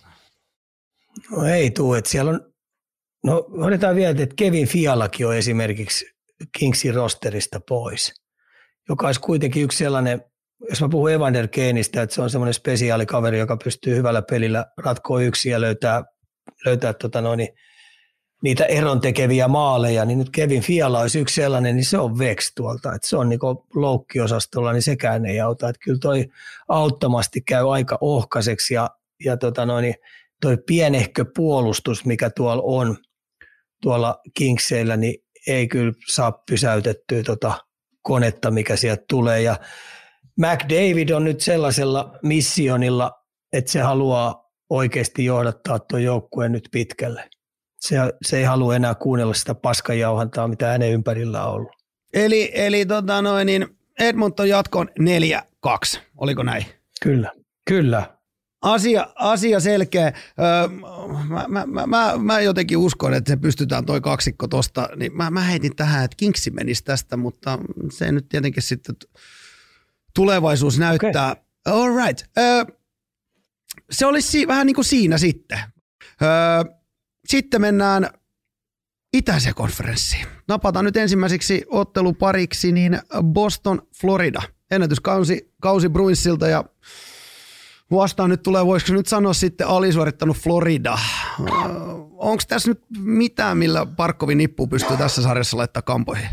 No ei tule, että siellä on, no otetaan vielä, että Kevin Fialakin on esimerkiksi Kingsin rosterista pois, joka olisi kuitenkin yksi sellainen, jos mä puhun Evander Kaneista, että se on semmoinen spesiaalikaveri, joka pystyy hyvällä pelillä ratkoa yksin ja löytää, löytää tota noin, niitä eron tekeviä maaleja, niin nyt Kevin Fiala olisi yksi sellainen, niin se on Vex tuolta, että se on niin loukkiosastolla, niin sekään ei auta, että kyllä toi auttomasti käy aika ohkaiseksi ja, ja tota noin, toi pienehkö puolustus, mikä tuolla on, tuolla Kingseillä, niin ei kyllä saa pysäytettyä tota konetta, mikä sieltä tulee ja McDavid on nyt sellaisella missionilla, että se haluaa oikeasti johdattaa tuon joukkueen nyt pitkälle. Se, se ei halua enää kuunnella sitä paskanjauhantaa, mitä hänen ympärillä on ollut. Eli, eli tota noin, niin Edmonton jatkoon neljä kaksi, oliko näin? Kyllä, kyllä. Asia, asia selkeä. Öö, mä, mä, mä, mä, mä jotenkin uskon, että se pystytään toi kaksikko tosta. Niin mä, mä heitin tähän, että Kingsi menisi tästä, mutta se nyt tietenkin sitten tulevaisuus näyttää. Okay. All right. Öö, se olisi vähän niin kuin siinä sitten. Öö, sitten mennään itäiseen konferenssiin. Napataan nyt ensimmäiseksi ottelupariksi niin Boston, Florida. Ennätyskausi kausi Bruinsilta ja vastaan nyt tulee, voisiko nyt sanoa sitten alisuorittanut Florida. Öö, onko tässä nyt mitään, millä Parkkovin nippu pystyy tässä sarjassa laittaa kampoihin?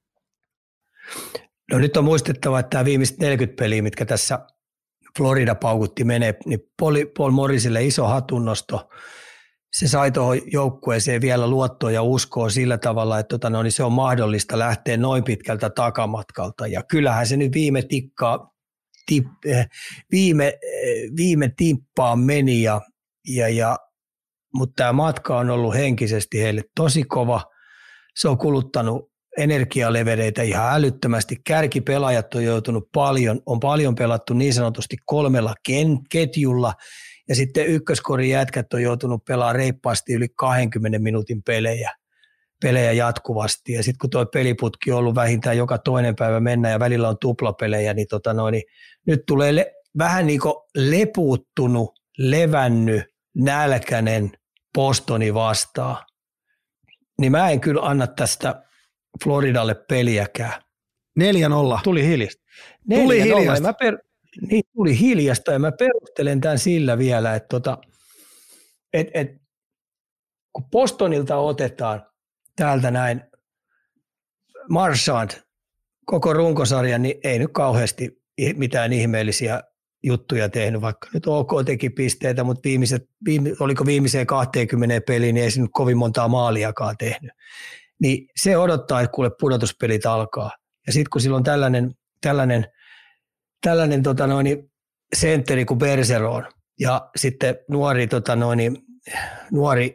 No nyt on muistettava, että tämä viimeiset neljäkymmentä peliä, mitkä tässä Florida paukutti menee, niin Paul Morrisille iso hatunnosto. Se sai tuohon joukkueeseen vielä luottoa ja uskoa sillä tavalla, että tota, no, niin se on mahdollista lähteä noin pitkältä takamatkalta. Ja kyllähän se nyt viime tikkaa, tip, viime, viime tippaan meni, ja, ja, ja, mutta tämä matka on ollut henkisesti heille tosi kova. Se on kuluttanut energialevereitä ihan älyttömästi. Kärkipelaajat on joutunut paljon, on paljon pelattu niin sanotusti kolmella ketjulla, ja sitten ykköskorin jätkät on joutunut pelaamaan reippaasti yli kahdenkymmenen minuutin pelejä, pelejä jatkuvasti. Ja sitten kun tuo peliputki on ollut vähintään joka toinen päivä mennä ja välillä on tuplapelejä, niin, tota noin, niin nyt tulee le- vähän niin kuin lepuuttunut, levännyt, nälkäinen Bostoni vastaan. Niin mä en kyllä anna tästä Floridalle peliäkään. neljä nolla. Tuli hiljasta. Tuli hiljasta. Per, niin, tuli hiljasta ja mä perustelen tämän sillä vielä, että tota, et, et, kun Bostonilta otetaan täältä näin Marchand koko runkosarjan, niin ei nyt kauheasti mitään ihmeellisiä juttuja tehnyt, vaikka nyt OK teki pisteitä, mutta viimeiset, viime, oliko viimeiseen kaksikymmentä peliin, niin ei se nyt kovin montaa maaliakaan tehnyt. Niin se odottaa, että kuule pudotuspelit alkaa. Ja sitten kun sillä on tällainen, tällainen, tällainen tota noin, sentteri kuin Bergeron ja sitten nuori, tota noin, nuori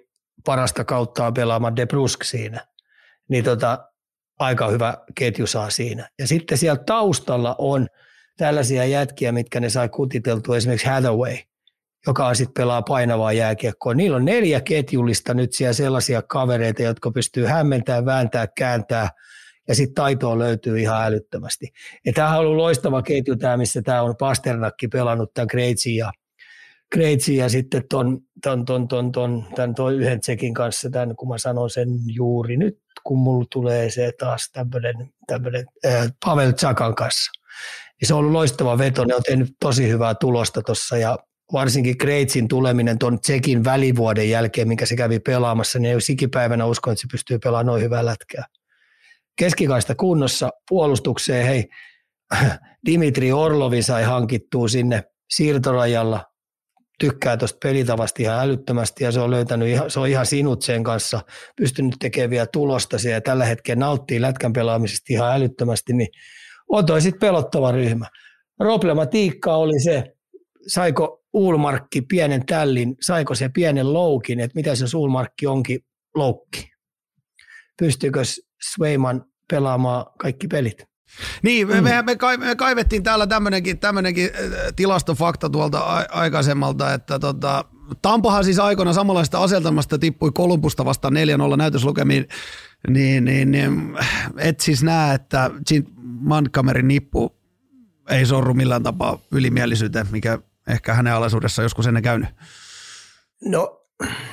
parasta kauttaan pelaamaan De Bruyne siinä, niin tota, aika hyvä ketju saa siinä. Ja sitten siellä taustalla on tällaisia jätkiä, mitkä ne sai kutiteltua, esimerkiksi Hathaway, joka on sitten pelaa painavaa jääkiekkoa. Niillä on neljä ketjullista nyt siellä sellaisia kavereita, jotka pystyy hämmentämään, vääntää, kääntää, ja sitten taitoa löytyy ihan älyttömästi. Ja tämähän on ollut loistava ketju tämä, missä tämä on Pasternakki pelannut tämän Kreitsin ja, Kreitsin ja sitten ton, ton, ton, ton, ton, tämän toi yhden tsekin kanssa, tämän, kun mä sanon sen juuri nyt, kun mulla tulee se taas tämmöinen, tämmöinen äh, Pavel Tsakan kanssa. Ja se on ollut loistava veto, ne on tehnyt tosi hyvää tulosta tuossa ja varsinkin Kreitsin tuleminen tuon Tsekin välivuoden jälkeen, minkä se kävi pelaamassa, niin ei sikipäivänä uskon, että se pystyy pelaamaan noin hyvää lätkää. Keskikaista kunnossa puolustukseen, hei, Dimitri Orlovin sai hankittua sinne siirtorajalla, tykkää tuosta pelitavasta ihan älyttömästi ja se on löytänyt, ihan, se on ihan sinut sen kanssa, pystynyt tekemään vielä tulosta ja tällä hetkellä nauttii lätkän pelaamisesta ihan älyttömästi, niin on toi sitten pelottava ryhmä. Problematiikka oli se, saiko Ullmarkki pienen tällin, saiko se pienen loukin, että mitä se Ullmarkki onkin loukki. Pystyykö Swayman pelaamaan kaikki pelit? Niin, me, mm. me, me, me kaivettiin täällä tämmöinenkin, tämmöinenkin tilastofakta tuolta a- aikaisemmalta, että tota, Tampahan siis aikoina samanlaista asetelmasta tippui Kolumbusta vastaan neljä nolla näytöslukemiin, niin, niin, niin et siis näe, että Montgomeryn nippu ei sorru millään tapaa ylimielisyyteen, mikä ehkä hänen alaisuudessaan joskus ennen käynyt. No,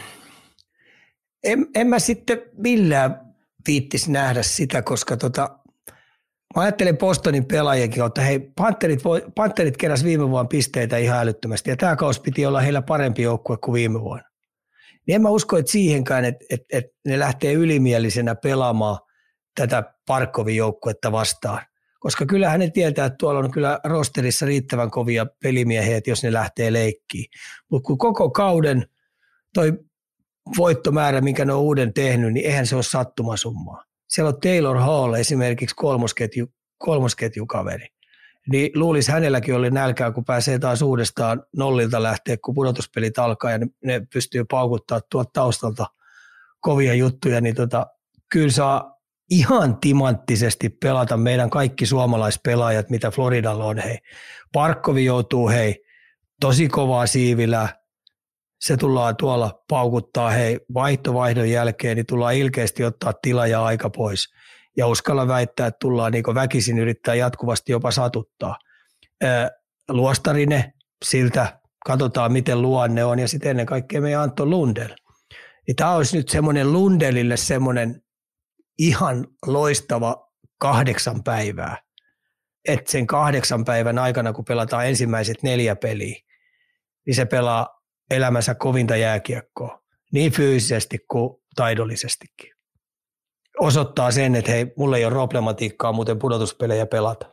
en, en mä sitten millään viittisi nähdä sitä, koska tota, mä ajattelen Bostonin pelaajienkin kautta, hei, Panterit, voi, Panterit keräsi viime vuonna pisteitä ihan älyttömästi, ja tämä kausi piti olla heillä parempi joukkue kuin viime vuonna. Niin en mä usko, että siihenkään, että, että, että ne lähtee ylimielisenä pelaamaan tätä Parkkovin joukkuetta vastaan. Koska kyllähän ne tietää, että tuolla on kyllä rosterissa riittävän kovia pelimiehiä, että jos ne lähtee leikkiin. Mutta kun koko kauden toi voittomäärä, minkä ne on uuden tehnyt, niin eihän se ole sattumasummaa. Siellä on Taylor Hall esimerkiksi kolmosketju, kolmosketjukaveri. Niin luulisi hänelläkin oli nälkää, kun pääsee taas uudestaan nollilta lähteä, kun pudotuspelit alkaa ja ne, ne pystyy paukuttaa tuolta taustalta kovia juttuja, niin tota, kyllä saa ihan timanttisesti pelata meidän kaikki suomalaispelaajat, mitä Floridalla on. Hei. Parkkovi joutuu hei, tosi kovaa siivilää. Se tullaan tuolla paukuttaa hei, vaihtovaihdon jälkeen, niin tullaan ilkeästi ottaa tila ja aika pois. Ja uskalla väittää, että tullaan niin väkisin yrittää jatkuvasti jopa satuttaa. Ää, Luostarinen, siltä katsotaan miten luonne on ja sitten ennen kaikkea meidän Antto Lundell. Niin tämä olisi nyt semmoinen Lundellille semmoinen ihan loistava kahdeksan päivää. Että sen kahdeksan päivän aikana, kun pelataan ensimmäiset neljä peliä, niin se pelaa elämänsä kovinta jääkiekkoa, niin fyysisesti kuin taidollisestikin. Osoittaa sen, että hei, mulla ei ole problematiikkaa muuten pudotuspelejä pelata.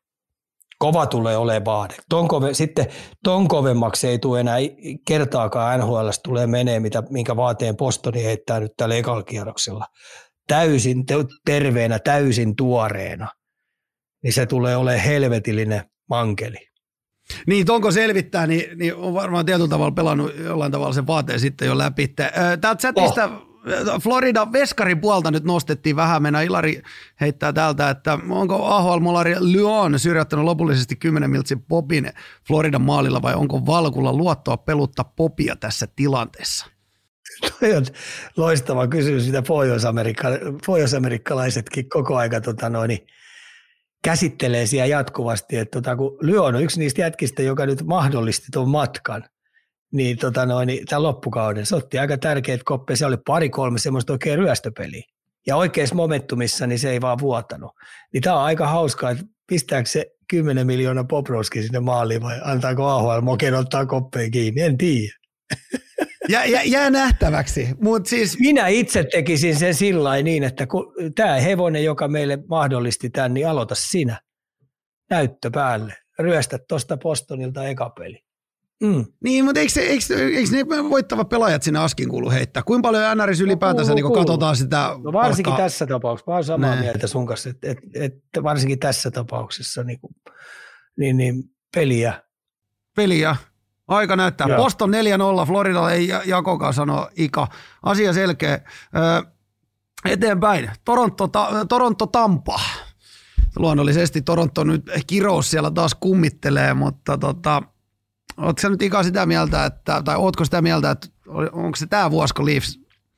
Kova tulee olemaan vaade. Ton kove, sitten ton kovemmaksi ei tule enää kertaakaan N H L:stä tulee menee, mitä, minkä vaateen Bostoni heittää nyt tällä ekalla kierroksella. Täysin terveenä, täysin tuoreena. Niin se tulee olemaan helvetillinen mankeli. Niin, onko selvittää, niin, niin on varmaan tietyllä tavalla pelannut jollain tavalla sen vaateen sitten jo läpi. Täältä chatista oh. Florida veskarin puolta nyt nostettiin vähän. Mennään Ilari heittää täältä, että onko A H L-molari Lyon syrjäyttänyt lopullisesti kymmenen miltsin Popin Floridan maalilla vai onko Valkulla luottoa peluttaa Popia tässä tilanteessa? Toi on loistava kysymys, mitä pohjois-amerikka- pohjois-amerikkalaisetkin koko aika tota noin, käsittelee siellä jatkuvasti, että tota, kun Lyon on yksi niistä jätkistä, joka nyt mahdollisti tuon matkan, niin, tota noin, niin tämän loppukauden se otti aika tärkeät koppeja, se oli pari-kolme semmoista oikein ryöstöpeliä. Ja oikeassa momentumissa niin se ei vaan vuotanut. Niin tämä on aika hauskaa, että pistääkö se kymmenen miljoonaa Bobrovski sinne maaliin vai antaako A H L Moken ottaa koppeen kiinni, en tiedä. Jää, jää, jää nähtäväksi. Mut siis... Minä itse tekisin sen sillä niin, että kun tämä hevonen, joka meille mahdollisti tämän, niin aloita sinä. Näyttö päälle. Ryöstä tuosta Bostonilta eka peli. Mm. Niin, mutta eikö, eikö, eikö ne voittavat pelaajat sinne askin kuulu heittää? Kuinka paljon N R S ylipäätänsä no, niin katsotaan sitä? No varsinkin palkkaa? Tässä tapauksessa. Mä olen samaa ne. mieltä sun kanssa, että, että, että varsinkin tässä tapauksessa niin, kuin, niin, niin peliä. Peliä. Aika näyttää. Joo. Boston neljä nolla, Florida ei jakokaan, sanoo Ika. Asia selkeä. Öö, eteenpäin. Toronto, ta, Toronto Tampa. Luonnollisesti Toronto nyt kirous siellä taas kummittelee, mutta tota, ootko sä nyt Ika sitä mieltä, että, tai ootko sitä mieltä, että onko se tää vuosi, kun Leafs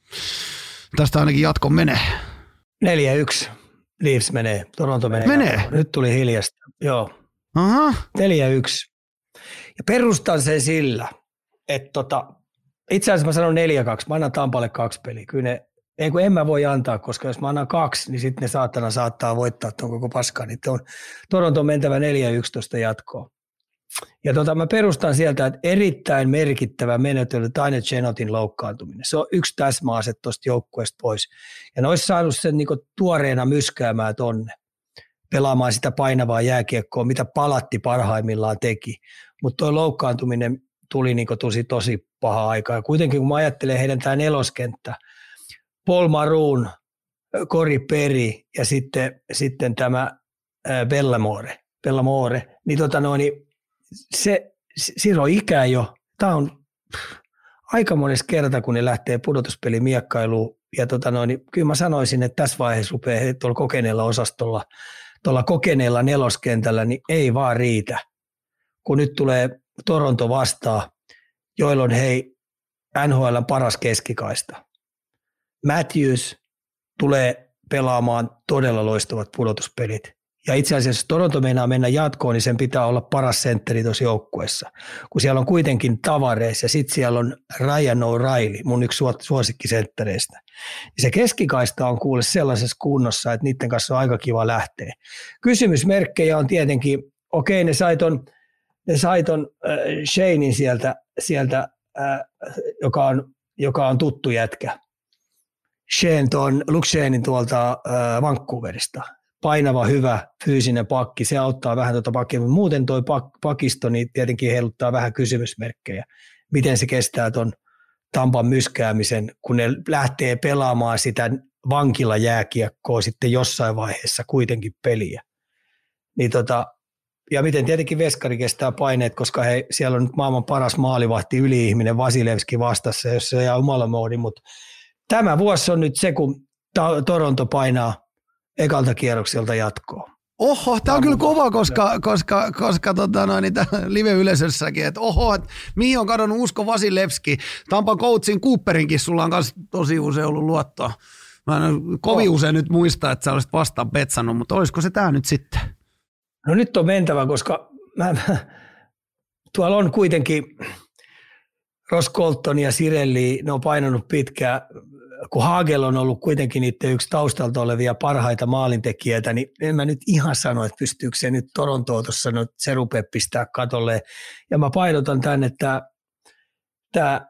tästä ainakin jatkon menee? neljä yksi Leafs menee, Toronto menee. Menee? Jatkoon. Nyt tuli hiljasta, joo. Aha. neljä yksi. Ja perustan sen sillä, että tota, itse asiassa mä sanon neljä kaksi, mä annan Tampalle kaksi peliä. Kyllä ne, ei kun en mä voi antaa, koska jos mä annan kaksi, niin sitten ne saatana saattaa voittaa tuon koko paskan. Niin on Toronto on mentävä neljä yksi tuosta jatkoon. Ja tota, mä perustan sieltä, että erittäin merkittävä menettely Tyler Genotin loukkaantuminen. Se on yksi täsmäase tuosta joukkueesta pois. Ja ne olisi saanut sen niinku tuoreena myskäämään tonne, pelaamaan sitä painavaa jääkiekkoa, mitä Palatti parhaimmillaan teki. Mutta tuo loukkaantuminen tuli niinku tosi, tosi paha aika. Ja kuitenkin kun mä ajattelen heidän tämä neloskenttä, Paul Maroon, Corey Perry ja sitten, sitten tämä Bellamore, Bellamore, niin tota noin, se, siinä on ikää jo. Tämä on pff, aika monessa kerta, kun ne lähtee pudotuspelimiekkailuun. Ja tota noin, kyllä mä sanoisin, että tässä vaiheessa rupeaa he tuolla kokeneella osastolla, tuolla kokeneella neloskentällä, niin ei vaan riitä. Kun nyt tulee Toronto vastaan, joilla on hei N H L:n paras keskikaista. Matthews tulee pelaamaan todella loistavat pudotuspelit. Ja itse asiassa jos Toronto meinaa mennä jatkoon, niin sen pitää olla paras sentteri tuossa joukkueessa. Kun siellä on kuitenkin Tavares ja sitten siellä on Ryan O'Reilly, mun yksi suosikkisenttereistä. Ja se keskikaista on kuule sellaisessa kunnossa, että niiden kanssa on aika kiva lähteä. Kysymysmerkkejä on tietenkin, okei ne sai ton, ne sai ton äh, Shanein sieltä, sieltä äh, joka, on, joka on tuttu jätkä. Shane tuon, Luke Shanein tuolta äh, Vancouverista. Painava, hyvä, fyysinen pakki, se auttaa vähän tuota pakkia, mutta muuten tuo pak, pakisto niin tietenkin heiluttaa vähän kysymysmerkkejä. Miten se kestää tuon Tampan myskäämisen, kun ne lähtee pelaamaan sitä vankilajääkiekkoa sitten jossain vaiheessa kuitenkin peliä. Niin tota, ja miten tietenkin veskari kestää paineet, koska he, siellä on nyt maailman paras maalivahti yli-ihminen Vasilevski vastassa, jos se jää omalla moodin, mutta tämä vuosi on nyt se, kun Toronto painaa ekalta kierrokselta jatkoon. Oho, tämä on kyllä kova, koska, koska, koska tota noin, live-yleisössäkin, että oho, että mihin on kadonnut Usko Vasilevski. Tampan coachin Cooperinkin sulla on myös tosi usein ollut luottoa. Mä en kovin oh. usein nyt muista, että sä olisit vastaan petsannut, mutta olisiko se tämä nyt sitten? No nyt on mentävä, koska mä, mä, tuolla on kuitenkin Ross Colton ja Cirelli, ne on painanut pitkään. Kun Hagel on ollut kuitenkin niiden yksi taustalta olevia parhaita maalintekijöitä, niin en mä nyt ihan sano, että pystyykö se nyt Torontoa tuossa, no, se rupeaa pistää katolle. Ja mä painotan tänne, että tämä,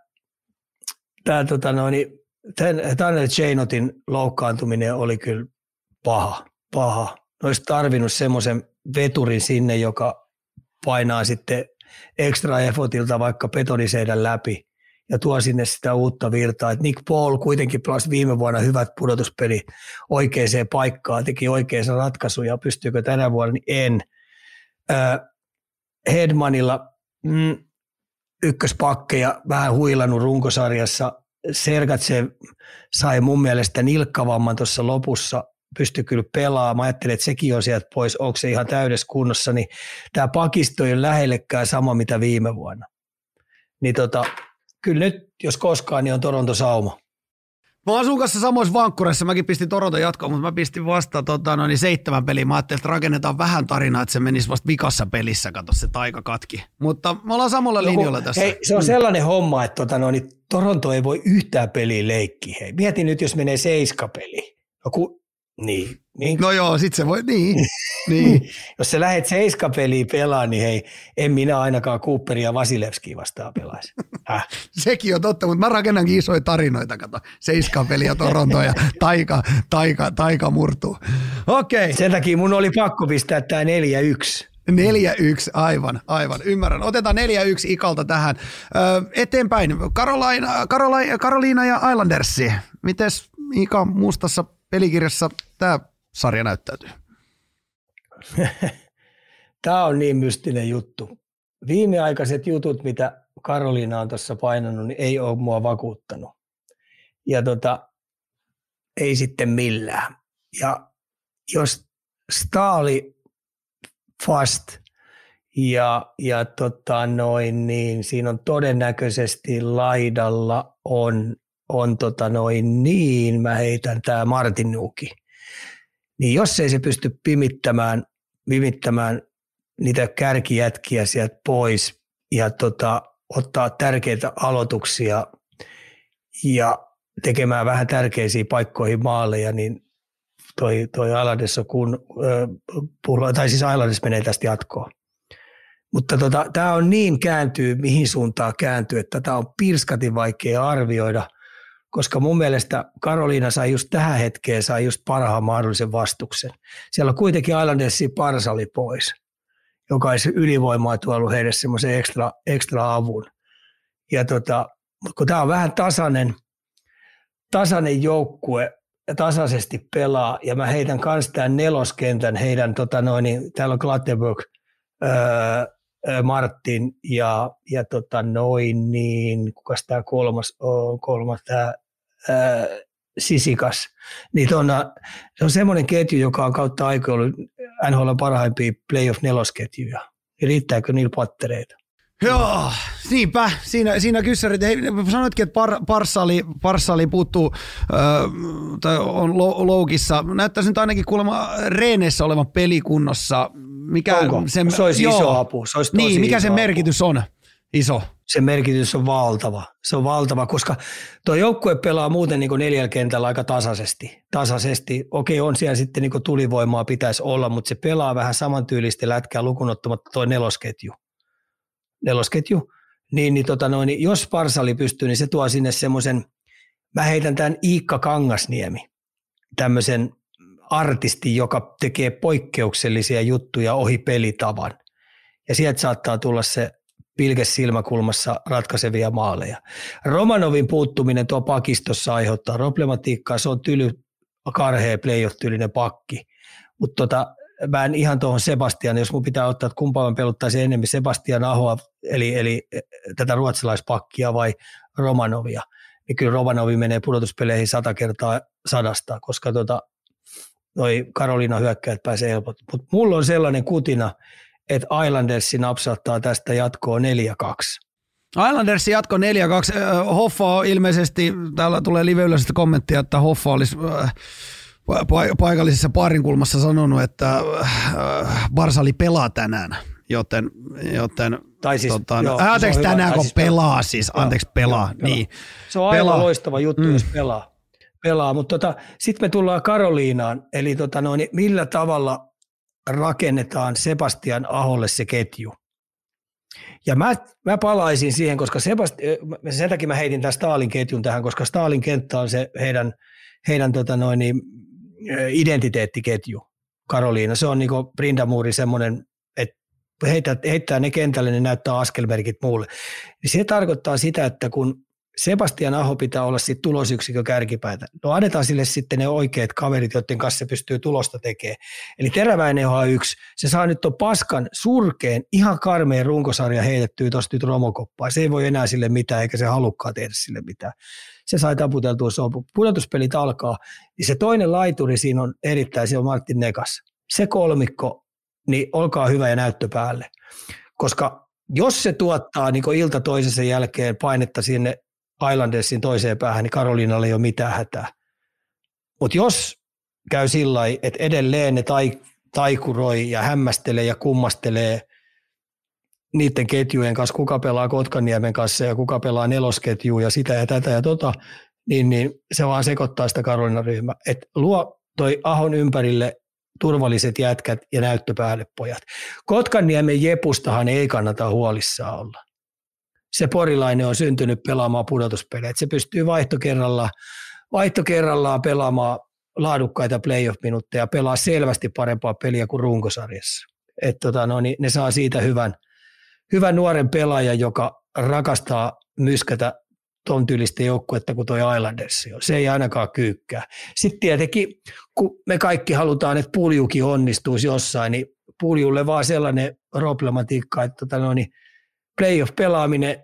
tämä tota noin, Tanner Janotin loukkaantuminen oli kyllä paha, paha. Ne olisi tarvinnut semmoisen veturin sinne, joka painaa sitten extra effortilta vaikka betoniseinän läpi ja tuo sinne sitä uutta virtaa. Et Nick Paul kuitenkin pelasi viime vuonna hyvät pudotuspeli oikeaan paikkaan, teki oikeaan ratkaisuja, pystyykö tänä vuonna, niin en. Äh, Hedmanilla mm, ykköspakkeja, vähän huilannut runkosarjassa. Sergatsev sai mun mielestä nilkkavamman tuossa lopussa, pystyi kyllä pelaamaan. Mä ajattelin, että sekin on sieltä pois, onko se ihan täydessä kunnossa, niin tämä pakisto ei ole lähellekään sama mitä viime vuonna. Niin tota, kyllä nyt, jos koskaan, niin on Toronto sauma. Mä asun kanssa samoissa vankkureissa, mäkin pistin Toronto jatkoon, mutta mä pistin vasta tota, no niin seitsemän peliä. Mä ajattelin, että rakennetaan vähän tarinaa, että se menisi vasta vikassa pelissä, kato se taika katki. Mutta me ollaan samalla Joku, linjalla tässä. Hei, se on mm. sellainen homma, että tota, no, niin Toronto ei voi yhtään peliä leikkiä. Hei, mieti nyt, jos menee seiskapeli. No, ku, niin, niin. no joo, sit se voi, niin. niin. Jos sä lähdet seiskapeliä pelaamaan, niin hei, en minä ainakaan Cooperia ja Vasilevskia vastaan pelaisi. Äh. Sekin on totta, mutta mä rakennankin isoja tarinoita, kato. Seiskapeli ja Toronto ja taika, taika, taika murtuu. Okei. Okay. Sen takia mun oli pakko pistää tää neljä yksi. neljä yksi, aivan, aivan, ymmärrän. Otetaan neljä yksi Ikalta tähän. Ö, eteenpäin, Carolina, Carolina, Carolina ja Islandersi. Mites Ika mustassa pelikirjassa tämä sarja näyttäytyy? Tämä on niin mystinen juttu. Viimeaikaiset jutut, mitä Karoliina on tuossa painanut, niin ei ole mua vakuuttanut. Ja tota, ei sitten millään. Ja jos Staali fast ja, ja tota noin, niin siinä on todennäköisesti laidalla on, on tota noin niin, mä heitän tää Martin Nuki. Niin jos ei se pysty pimittämään, pimittämään niitä kärkijätkiä sieltä pois ja tota, ottaa tärkeitä aloituksia ja tekemään vähän tärkeisiä paikkoihin maaleja, niin toi, toi Islanders on kun, äh, tai siis Islanders menee tästä jatkoon. Mutta tota, tämä on niin kääntyy, mihin suuntaan kääntyy, että tätä on pirskatin vaikea arvioida, koska mun mielestä Karoliina sai just tähän hetkeen sai just parhaan mahdollisen vastuksen. Siellä on kuitenkin Islandersin Barzal pois, joka olisi ylivoimaa tuollut heille semmoisen ekstra, ekstra avun. Ja tota, kun tämä on vähän tasainen, tasainen joukkue ja tasaisesti pelaa, ja mä heitän kanssa tämän neloskentän, heidän, tota noin, täällä on Glattenburg, öö, Martin ja, ja tota noin, niin kukas tämä kolmas on, kolmas tämä öö, Sisikas. Niin on, se on semmoinen ketju, joka on kautta aikoina ollut N H L parhaimpia playoff nelosketjuja. Ja riittääkö niillä pattereita? Joo, niinpä. Siinä, siinä kyssärit. Hei, sanoitkin, että par, Barzali, Barzali puuttuu äh, tai on loukissa. Näyttäisi nyt ainakin kuulemma reeneissä olevan pelikunnossa. Mikä sen, se olisi joo, iso apu. Se olisi niin, mikä iso sen apu. merkitys on? Iso. Se merkitys on valtava. Se on valtava, koska tuo joukkue pelaa muuten niin kuin neljällä kentällä aika tasaisesti. Tasaisesti. Okei, on siellä sitten niin kuin tulivoimaa pitäisi olla, mutta se pelaa vähän samantyylistä lätkää lukunottamatta tuo nelosketju. nelosketju, niin, niin, tota noin, jos Barzali pystyy, niin se tuo sinne semmoisen, mä heitän tämän Iikka Kangasniemi, tämmöisen artisti, joka tekee poikkeuksellisia juttuja ohi pelitavan. Ja sieltä saattaa tulla se pilkes silmäkulmassa ratkaisevia maaleja. Romanovin puuttuminen tuo pakistossa aiheuttaa problematiikkaa, se on tyly, karhea playoff-tyylinen pakki, mutta tota, mä en ihan tuohon Sebastian, jos mun pitää ottaa, että kumpaa mä peluttaisin enemmän Sebastian Ahoa, eli, eli tätä ruotsalaispakkia vai Romanovia, niin kyllä Romanovi menee pudotuspeleihin sata kertaa sadasta, koska tota, noi Karoliina hyökkäät pääsee helposti. Mutta mulla on sellainen kutina, että Islandersi napsauttaa tästä jatkoa neljä kaksi. Islandersin jatko neljä kaksi. Hoffa on ilmeisesti, täällä tulee live-yleisöstä kommenttia, että Hoffa olisi paikallisessa paarinkulmassa sanonut, että Barzali pelaa tänään, joten, joten tai siis, tota, joo, anteeksi tänään, kun siis pelaa siis, anteeksi pelaa. Joo, niin. Se on aivan pelaa. loistava juttu, mm. jos pelaa. pelaa. Mutta tota, sitten me tullaan Karoliinaan, eli tota, no, niin millä tavalla rakennetaan Sebastian Aholle se ketju. Ja mä, mä palaisin siihen, koska Sebastian, sen takia mä heitin tämän Staalin ketjun tähän, koska Staalin kenttä on se heidän, heidän tota noin, niin, identiteettiketju, Karoliina. Se on niin kuin Brindamuuri semmoinen, että heittää, heittää ne kentälle, ne näyttää askelmerkit muulle. Ja se tarkoittaa sitä, että kun Sebastian Aho pitää olla sitten tulosyksikön kärkipäätä, no annetaan sille sitten ne oikeat kaverit, joiden kanssa se pystyy tulosta tekemään. Eli Teräväinen on yksi, se saa nyt tuon paskan surkeen, ihan karmeen runkosarja heitettyä tuosta nyt romokoppaa. Se ei voi enää sille mitään, eikä se halukkaan tehdä sille mitään. Se sai taputeltua, se on pudotuspelit alkaa, niin se toinen laituri siinä on erittäin, se on Martin Nekas. Se kolmikko, niin olkaa hyvä ja näyttö päälle. Koska jos se tuottaa niin kuin ilta toisensa jälkeen painetta sinne Islandersin toiseen päähän, niin Karoliinalle ei ole mitään hätää. Mutta jos käy sillä lailla, että edelleen ne tai, taikuroi ja hämmästelee ja kummastelee niiden ketjujen kanssa, kuka pelaa Kotkaniemen kanssa ja kuka pelaa nelosketjua ja sitä ja tätä ja tota, niin, niin se vaan sekoittaa sitä Karoliinan ryhmää. Et luo toi Ahon ympärille turvalliset jätkät ja näyttö päälle pojat. Kotkaniemen Jepustahan ei kannata huolissaan olla. Se porilainen on syntynyt pelaamaan pudotuspelejä. Se pystyy vaihtokerrallaan, vaihtokerrallaan pelaamaan laadukkaita playoff-minuutteja ja pelaa selvästi parempaa peliä kuin runkosarjassa. Et tota, no, niin ne saa siitä hyvän, hyvän nuoren pelaajan, joka rakastaa myskätä ton tyylistä joukkuetta kuin toi Islanders on. Se ei ainakaan kyykkää. Sitten tietenkin, kun me kaikki halutaan, että Puljukin onnistuisi jossain, niin Puljulle vaan sellainen problematiikka, että tota, no, niin playoff-pelaaminen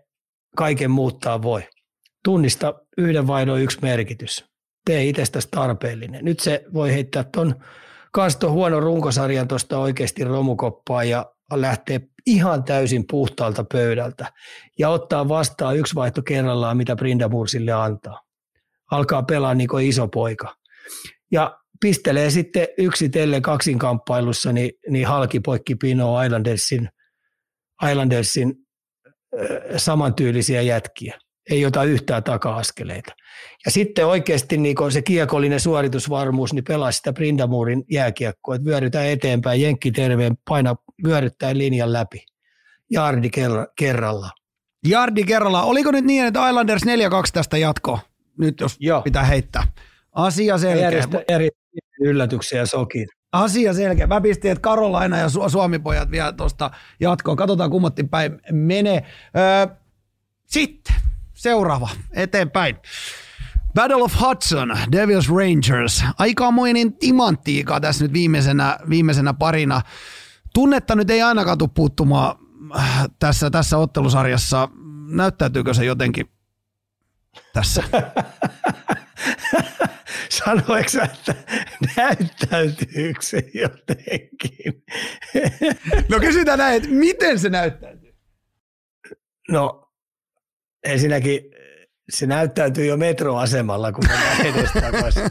kaiken muuttaa voi. Tunnista yhden vaihdon yksi merkitys. Tee itsestäsi tarpeellinen. Nyt se voi heittää ton kans ton huonon runkosarjan tuosta oikeasti romukoppaan ja lähtee ihan täysin puhtaalta pöydältä ja ottaa vastaan yksi vaihto kerrallaan, mitä Brindamore sille antaa. Alkaa pelaa niin kuin iso poika. Ja pistelee sitten yksitellen kaksinkamppailussa niin, niin halki poikki pinoa Islandersin, Islandersin äh, samantyylisiä jätkiä. Ei ota yhtään taka-askeleita. Ja sitten oikeasti niin kun se kiekollinen suoritusvarmuus niin pelaa sitä Brindamoren jääkiekkoa, että vyörytään eteenpäin, jenkki terveen, paina vyöryttäen linjan läpi. Jardi kerralla. Jardi kerralla. Oliko nyt niin, että Islanders neljä kaksi tästä jatkoa? Nyt jos Joo. pitää heittää. Asia selkeä. Järjestä eri yllätyksiä ja sokin. Asia selkeä. Mä pistin, että Carolina ja Su- Suomi-pojat vielä tuosta jatkoon. Katsotaan kummattiin päin menee. Öö, sitten seuraava eteenpäin. Battle of Hudson, Devils Rangers. Aikamoinen timanttiika tässä nyt viimeisenä, viimeisenä parina. Tunnetta nyt ei ainakaan tule puuttumaan tässä, tässä ottelusarjassa. Näyttäytyykö se jotenkin tässä? Sanoitko sä, että näyttäytyykö se jotenkin? No kysytään näin, että miten se näyttäytyy? No ensinnäkin se näyttäytyy jo metroasemalla, kun mennään edestakaisin.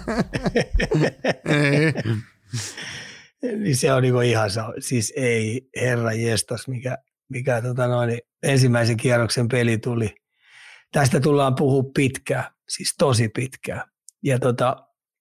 Niin se on niinku ihan, siis ei herra jestas, mikä, mikä tota noin, ensimmäisen kierroksen peli tuli. Tästä tullaan puhua pitkään, siis tosi pitkään. Ja tota,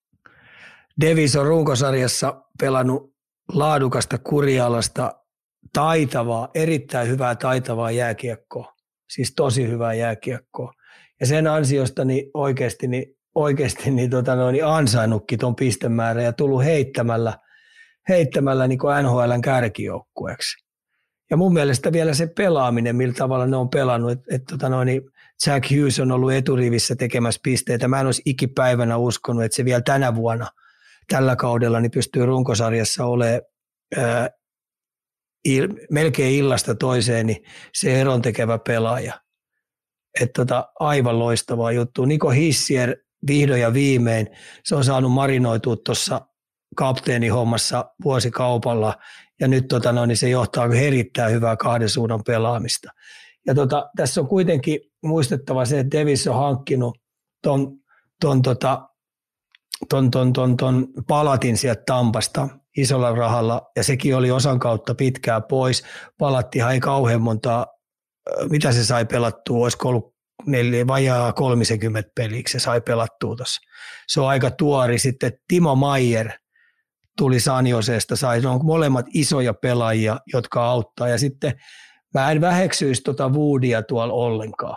Devils on runkosarjassa pelannut laadukasta kurialasta, taitavaa, erittäin hyvää taitavaa jääkiekkoa. Siis tosi hyvää jääkiekkoa. Ja sen ansiosta niin oikeasti, niin, oikeasti niin, tota noin, niin ansainnutkin tuon pistemäärän ja tullut heittämällä, heittämällä niin kuin N H L:n kärkijoukkueeksi. Ja mun mielestä vielä se pelaaminen, millä tavalla ne on pelannut, että et, tota noin, niin Jack Hughes on ollut eturivissä tekemässä pisteitä. Mä en olisi ikipäivänä uskonut, että se vielä tänä vuonna, tällä kaudella, niin pystyy runkosarjassa olemaan ää, il, melkein illasta toiseen niin se eron tekevä pelaaja. Että tota, aivan loistavaa juttu. Niko Hissier vihdoin ja viimein, se on saanut marinoitua tuossa kapteenihommassa vuosikaupalla, ja nyt tota, no, niin se johtaa erittäin hyvää kahden suunnan pelaamista. Ja tota, tässä on kuitenkin muistettava se, että Devils on hankkinut ton, ton, tota, ton, ton, ton, ton Palatin sieltä Tampasta isolla rahalla, ja sekin oli osan kautta pitkään pois. Palattihan ei kauhean montaa, mitä se sai pelattua, olisiko ollut neljä, vajaa kolmekymmentä peliksi se sai pelattua tuossa. Se on aika tuori. Sitten Timo Maier tuli San Joseesta, sai, ne on molemmat isoja pelaajia, jotka auttaa, ja sitten mä en väheksyisi tuota Woodia tuolla ollenkaan,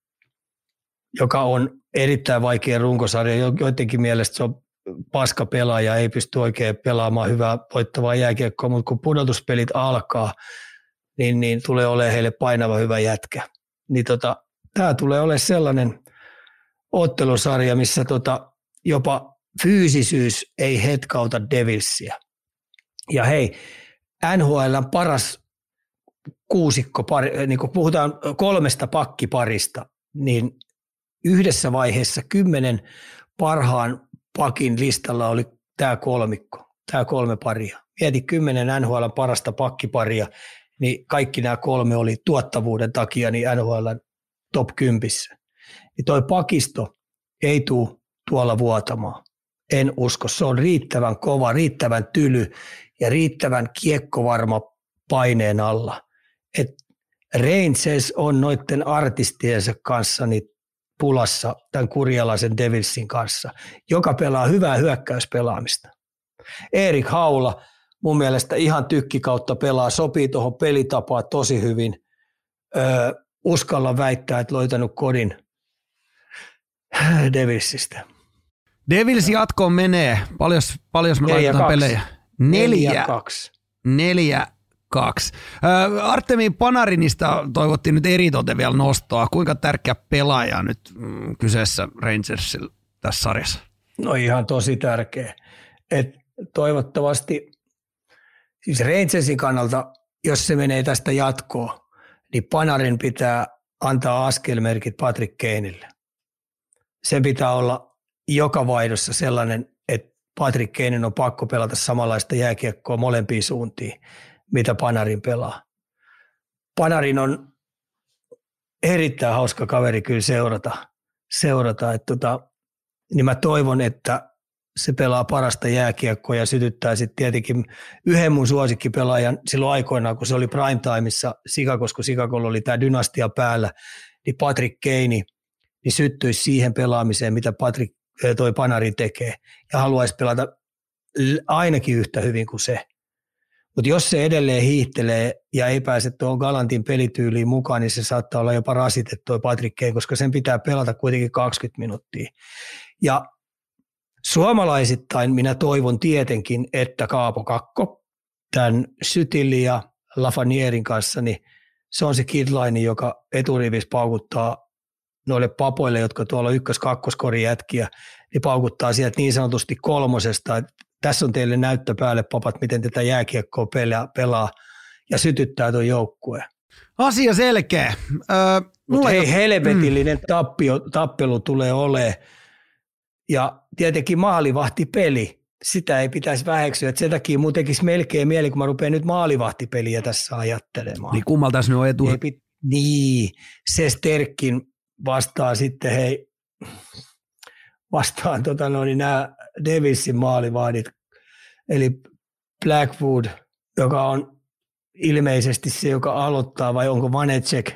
joka on erittäin vaikea runkosarja. Joidenkin mielestä se on paska pelaaja, ei pysty oikein pelaamaan hyvää voittavaa jääkiekkoa, mutta kun pudotuspelit alkaa, niin, niin tulee olemaan heille painava hyvä jätkä. Niin tota, tämä tulee olemaan sellainen ottelusarja, missä tota, jopa fyysisyys ei hetkauta Devilsia. Ja hei, N H L:n paras kuusikko, niin kun puhutaan kolmesta pakkiparista, niin yhdessä vaiheessa kymmenen parhaan pakin listalla oli tämä kolmikko, tämä kolme paria. Mieti kymmenen N H L:n parasta pakkiparia, niin kaikki nämä kolme oli tuottavuuden takia niin N H L:n top kympissä. Niin toi pakisto ei tule tuolla vuotamaan. En usko. Se on riittävän kova, riittävän tyly ja riittävän kiekkovarma paineen alla. Et Rangers on noiden artistiensa kanssa niin pulassa tämän kurjalaisen Devilsin kanssa, joka pelaa hyvää hyökkäyspelaamista. Erik Haula mun mielestä ihan tykki kautta pelaa, sopii tuohon pelitapaan tosi hyvin. Öö, uskalla väittää, että löytänyt kodin Devilsistä. Devils jatkoon menee. Paljon, paljon me laitetaan pelejä? Neljä. kaksi. Neljä. Kaksi. Artemi Panarinista toivottiin nyt eritoten vielä nostoa. Kuinka tärkeä pelaaja nyt mm, kyseessä Rangersilla tässä sarjassa? No ihan tosi tärkeä. Et toivottavasti, siis Rangersin kannalta, jos se menee tästä jatkoon, niin Panarin pitää antaa askelmerkit Patrick Kanelle. Sen pitää olla joka vaihdossa sellainen, että Patrick Kanen on pakko pelata samanlaista jääkiekkoa molempiin suuntiin, mitä Panarin pelaa. Panarin on erittäin hauska kaveri kyllä seurata, seurata että tota, niin mä toivon, että se pelaa parasta jääkiekkoa ja sytyttää sitten tietenkin yhden mun suosikkipelaajan silloin aikoinaan, kun se oli primetimeissa Chicagossa, kun Chicagolla oli tämä dynastia päällä, niin Patrick Kane niin syttyisi siihen pelaamiseen, mitä Patrick, toi Panarin tekee, ja haluaisi pelata ainakin yhtä hyvin kuin se. Mutta jos se edelleen hiihtelee ja ei pääse tuohon Galantin pelityyliin mukaan, niin se saattaa olla jopa rasitettu tuo Patrick Kane, koska sen pitää pelata kuitenkin kaksikymmentä minuuttia. Ja suomalaisittain minä toivon tietenkin, että Kaapo Kakko tämän Sytilin ja Lafanierin kanssa, niin se on se kidline, joka eturivissä paukuttaa noille papoille, jotka tuolla ykkös-kakkoskorin jätkiä, niin paukuttaa sieltä niin sanotusti kolmosesta, että tässä on teille näyttö päälle, papat, miten tätä jääkiekkoa pelaa, pelaa ja sytyttää tuon joukkueen. Asia selkeä. Öö, Mutta hei, helvetillinen mm. tappio, tappelu tulee olemaan. Ja tietenkin maalivahtipeli, sitä ei pitäisi väheksyä. Että sen takia mun tekisi melkein mieli, kun mä rupean nyt maalivahtipeliä tässä ajattelemaan. Niin kummalta tässä nyt on etu? Pit- niin, se Sterkkin vastaa sitten, hei, vastaan tota noin, nämä Devilsin maalivahdit, eli Blackwood, joka on ilmeisesti se, joka aloittaa, vai onko Vanecek?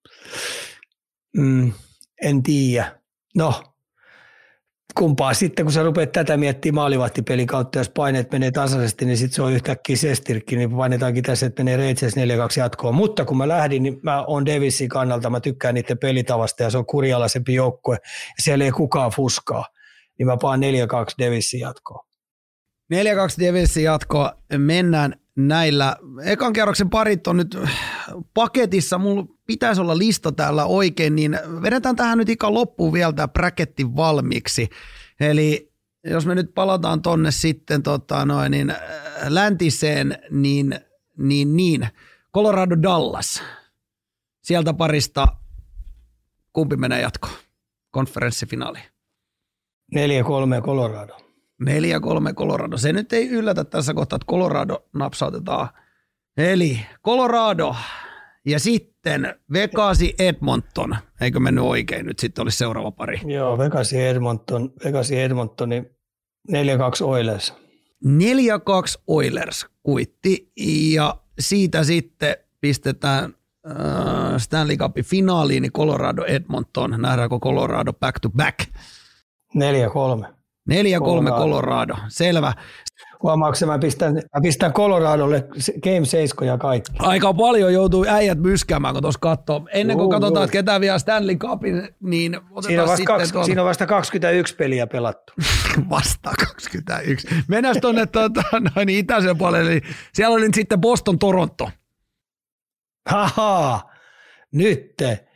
Mm, en tiedä. No, kumpaa sitten, kun sä rupeat tätä miettimään maalivahtipelin kautta, jos paineet menee tasaisesti, niin sitten se on yhtäkkiä Sestirkki, niin painetaankin tässä, että menee Reitses neljä kaksi jatkoon. Mutta kun mä lähdin, niin mä oon Davisin kannalta, mä tykkään niiden pelitavasta ja se on kurialaisempi joukkue ja siellä ei kukaan fuskaa. Niin mä paan neljä kaksi Davisin jatkoon. neljä kaksi Davisin jatkoa, mennään näillä. Ekan kierroksen parit on nyt paketissa, mulla pitäisi olla lista täällä oikein, niin vedetään tähän nyt ikan loppuun vielä tämä bracketti valmiiksi. Eli jos me nyt palataan tonne sitten tota noin, niin läntiseen, niin, niin, niin Colorado Dallas. Sieltä parista kumpi menee jatkoon konferenssifinaaliin? neljä kolme Colorado. neljä kolme Colorado. Se nyt ei yllätä tässä kohtaa, että Colorado napsautetaan. Eli Colorado ja sitten Vegasi Edmonton. Eikö mennyt oikein? Nyt sitten olisi seuraava pari. Joo, Vegasi Edmonton, Vegasi Edmonton, niin neljä kaksi Oilers. neljä kaksi Oilers kuitti ja siitä sitten pistetään äh, Stanley Cupin finaaliin, niin Colorado Edmonton. Nähdäänkö Colorado back to back? neljä kolme. neljä kolme Colorado. Selvä. Huomaatko, mä pistän, mä pistän Coloradolle game seitsemän ja kaikki. Aika paljon joutuu äijät myskäämään, kun tuossa katsoo. Ennen kuin uh, katsotaan, että ketään vielä Stanley Cupin, niin otetaan siinä on vasta sitten kaksi, siinä on vasta kaksikymmentäyksi peliä pelattu. Vasta kaksikymmentäyksi. Mennään tuonne tuota, noin itäisen puolelle. Eli siellä oli nyt sitten Boston Toronto. Haha, nyt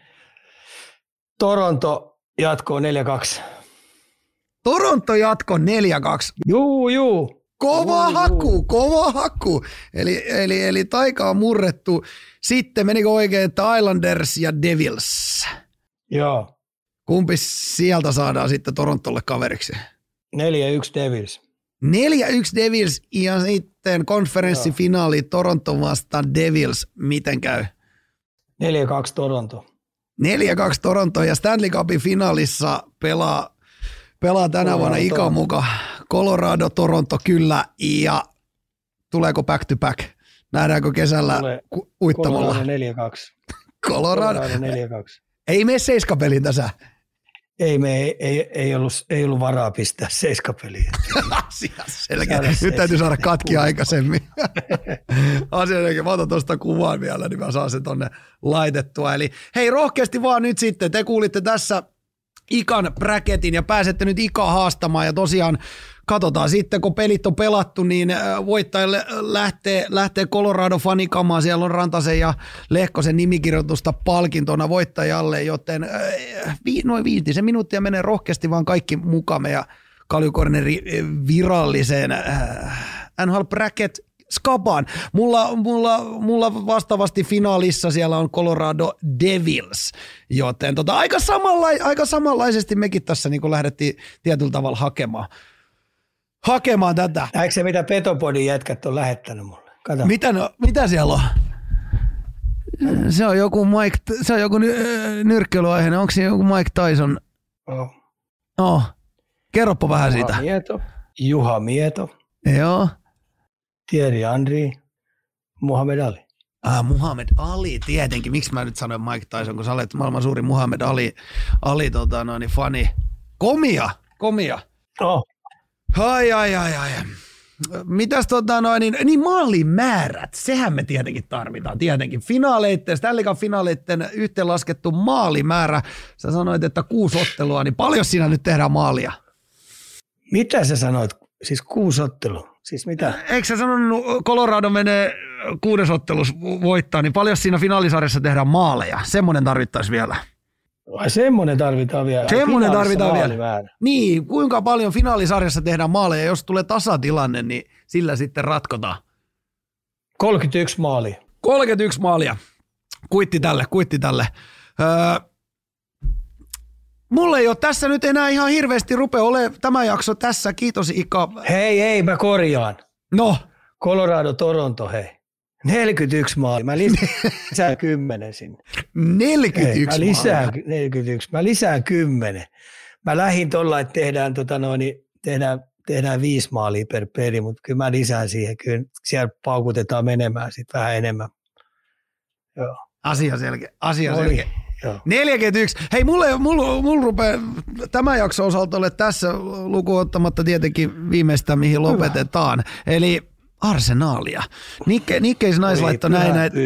Toronto jatkoo neljä kaksi. Toronto jatko neljä kaksi. Juu, juu. Kova juu, haku, juu. kova haku. Eli, eli, eli taika on murrettu. Sitten menikö oikein, että Islanders ja Devils? Joo. Kumpi sieltä saadaan sitten Torontolle kaveriksi? neljä yksi Devils. neljä yksi Devils ja sitten konferenssifinaali Toronto vastaan Devils. Miten käy? neljä kaksi Toronto. neljä kaksi Toronto ja Stanley Cupin finaalissa pelaa Pelaa tänä Colorado, vuonna ikan mukaan. Colorado, Toronto kyllä. Ja tuleeko back to back? Nähdäänkö kesällä Tule, ku- uittamalla? Colorado neljä kaksi. Colorado. Colorado neljä kaksi. Ei mene seiskapeliin tässä. Ei, me ei, ei, ei, ollut, ei ollut varaa pistää seiskapeliä. Asia selkeä. Nyt täytyy saada katki aikaisemmin. Asia selkeä. Mä otan tuosta kuvan vielä, niin mä saan sen tonne laitettua. Eli hei, rohkeasti vaan nyt sitten. Te kuulitte tässä ikan bracketin ja pääsette nyt ikaa haastamaan ja tosiaan katsotaan sitten, kun pelit on pelattu, niin voittajille lähtee, lähtee Colorado fanikamaan. Siellä on Rantasen ja Lehkosen nimikirjoitusta palkintona voittajalle, joten noin viitisen minuuttia menee rohkeasti vaan kaikki mukaan ja Kalju Cornerin viralliseen N H L Bracket Skapaan. Mulla, mulla, mulla vastaavasti finaalissa siellä on Colorado Devils, joten tota, aika, samanla, aika samanlaisesti mekin tässä niin lähdettiin tietyllä tavalla hakemaan, hakemaan tätä. Näetkö se, mitä Petopodin jätkät on lähettänyt mulle? Kato. Mitä, no, mitä siellä on? Se on joku Mike, se on joku nyrkkeilyaiheinen. Onko se joku Mike Tyson? Oh. Oh. Kerropa vähän Juha siitä. Mieto, Juha Mieto. Joo. Thierry Henry, Muhammad Ali. Ah, Muhammad Ali, tietenkin. Miksi mä nyt sanoin Mike Tyson, kun sä olet maailman suurin Muhammad Ali, Ali tota, noin, fani. Komia, komia. Oh. Ai, ai, ai, ai. Mitäs tota noin, niin, niin maalimäärät, sehän me tietenkin tarvitaan, tietenkin. Finaaleitten, Stanley Cup finaaleitten yhteenlaskettu maalimäärä. Sä sanoit, että kuusi ottelua, niin paljon siinä nyt tehdään maalia? Mitä sä sanoit? Siis kuusi ottelua? Siis mitä? Eikö sä sanonut, Colorado menee kuudes ottelus voittaa, niin paljon siinä finaalisarjassa tehdään maaleja? Semmoinen tarvittaisi vielä. Vai semmoinen tarvitaan vielä? Semmoinen tarvitaan vielä. Niin, kuinka paljon finaalisarjassa tehdään maaleja, jos tulee tasatilanne, niin sillä sitten ratkotaan. kolmekymmentäyksi maalia. kolmekymmentäyksi maalia. Kuitti tälle, kuitti tälle. Öö, mulla ei ole tässä nyt enää ihan hirveästi rupea olemaan tämä jakso tässä. Kiitos Ika. Hei, hei, mä korjaan. No. Colorado, Toronto, hei. neljäkymmentäyksi maalia. Mä lisään kymmenen sinne. neljäkymmentäyksi Hei, mä lisään maalia. neljäkymmentäyksi. Mä lisään kymmenen. Mä lähdin tuolla, että tehdään, tota noin, tehdään, tehdään viisi maalia per peli, mutta kyllä mä lisään siihen. Kyllä siellä paukutetaan menemään sitten vähän enemmän. Joo. Asia selkeä. Asia Oli. selkeä. Joo. neljäkymmentäyksi. Hei, mulle, mulla, mulla rupeaa tämän jakson osalta ole tässä lukuun ottamatta tietenkin viimeistä, mihin lopetetaan. Hyvä. Eli Arsenaalia. Nikke, Nikkeis nais laittoi näin. Että...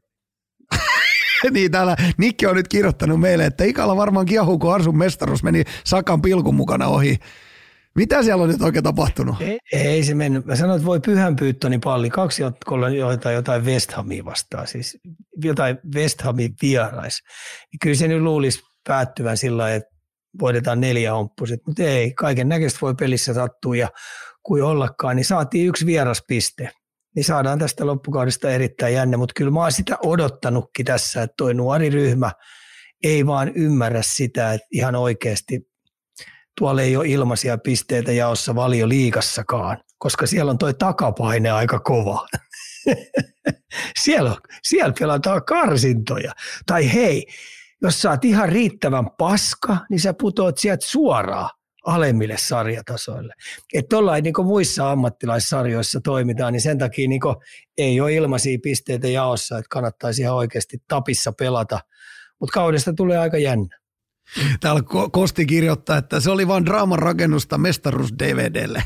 niin, täällä Nikki on nyt kirjoittanut meille, että Ikalla varmaan kiehuu, kun Arsun mestaruus meni Sakan pilkun mukana ohi. Mitä siellä on nyt oikein tapahtunut? Ei, ei se mennyt. Mä sanoin, että voi Pyhän Pyyttonin palli. Kaksi otkolla jotain, jotain West Hamia vastaan. Siis jotain West Hamin vierais. Kyllä se nyt luulisi päättyvän sillä lailla, että voitetaan neljä homppusit. Mutta ei, kaiken näköistä voi pelissä sattua. Ja kuin ollakaan, niin saatiin yksi vieraspiste. Niin saadaan tästä loppukaudesta erittäin jänne. Mutta kyllä mä oon sitä odottanutkin tässä, että toi nuoriryhmä ei vaan ymmärrä sitä, että ihan oikeasti tuolla ei ole ilmaisia pisteitä jaossa Valioliigassakaan, koska siellä on toi takapaine aika kova. siellä, on, siellä pelataan karsintoja. Tai hei, jos sä oot ihan riittävän paska, niin sä putoat sieltä suoraan alemmille sarjatasoille. Että tuollain niin kuin muissa ammattilaissarjoissa toimitaan, niin sen takia niin kuin ei ole ilmaisia pisteitä jaossa, että kannattaisi ihan oikeasti tapissa pelata. Mutta kaudesta tulee aika jännä. Täällä Kosti kirjoittaa, että se oli vain draaman rakennusta mestaruus D V D:lle.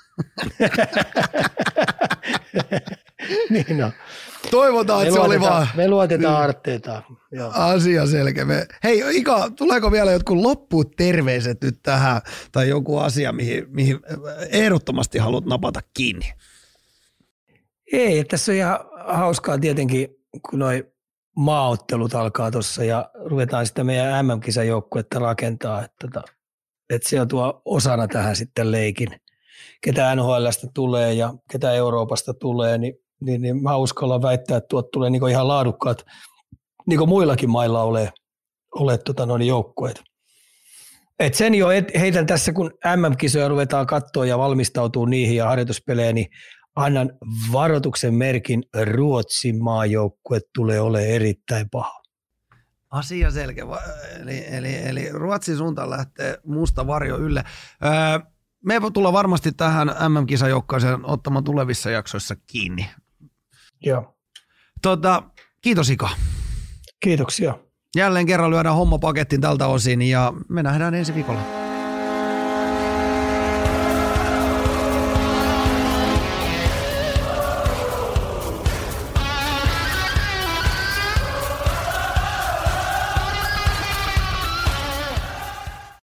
niin on. Toivotaan, että se oli vaan. Me luotetaan Arteetaan. Asia selkeä. Hei Ika, tuleeko vielä jotkut lopputerveiset nyt tähän tai joku asia, mihin, mihin ehdottomasti haluat napata kiinni? Ei, tässä on ihan hauskaa tietenkin, kun noi maaottelut alkaa tuossa ja ruvetaan sitä meidän M M-kisajoukkuetta rakentaa, että, että se on tuo osana tähän sitten leikin. Ketä N H L:stä tulee ja ketä Euroopasta tulee, niin, niin, niin mä uskallan väittää, että tuot tulee niin ihan laadukkaat, niin kuin muillakin mailla ole, ole tota noin joukkueet. Et sen jo et, heitän tässä, kun M M-kisoja ruvetaan katsoa ja valmistautuu niihin ja harjoituspelejä, niin annan varoituksen merkin, Ruotsin maajoukkue tulee olemaan erittäin paha. Asia selkeä. Eli, eli, eli Ruotsin suuntaan lähtee musta varjo ylle. Öö, me tullaan varmasti tähän M M-kisajoukkoeseen ottamaan tulevissa jaksoissa kiinni. Joo. Tota, kiitos Ika. Kiitoksia. Jälleen kerran lyödään homma pakettiin tältä osin ja me nähdään ensi viikolla.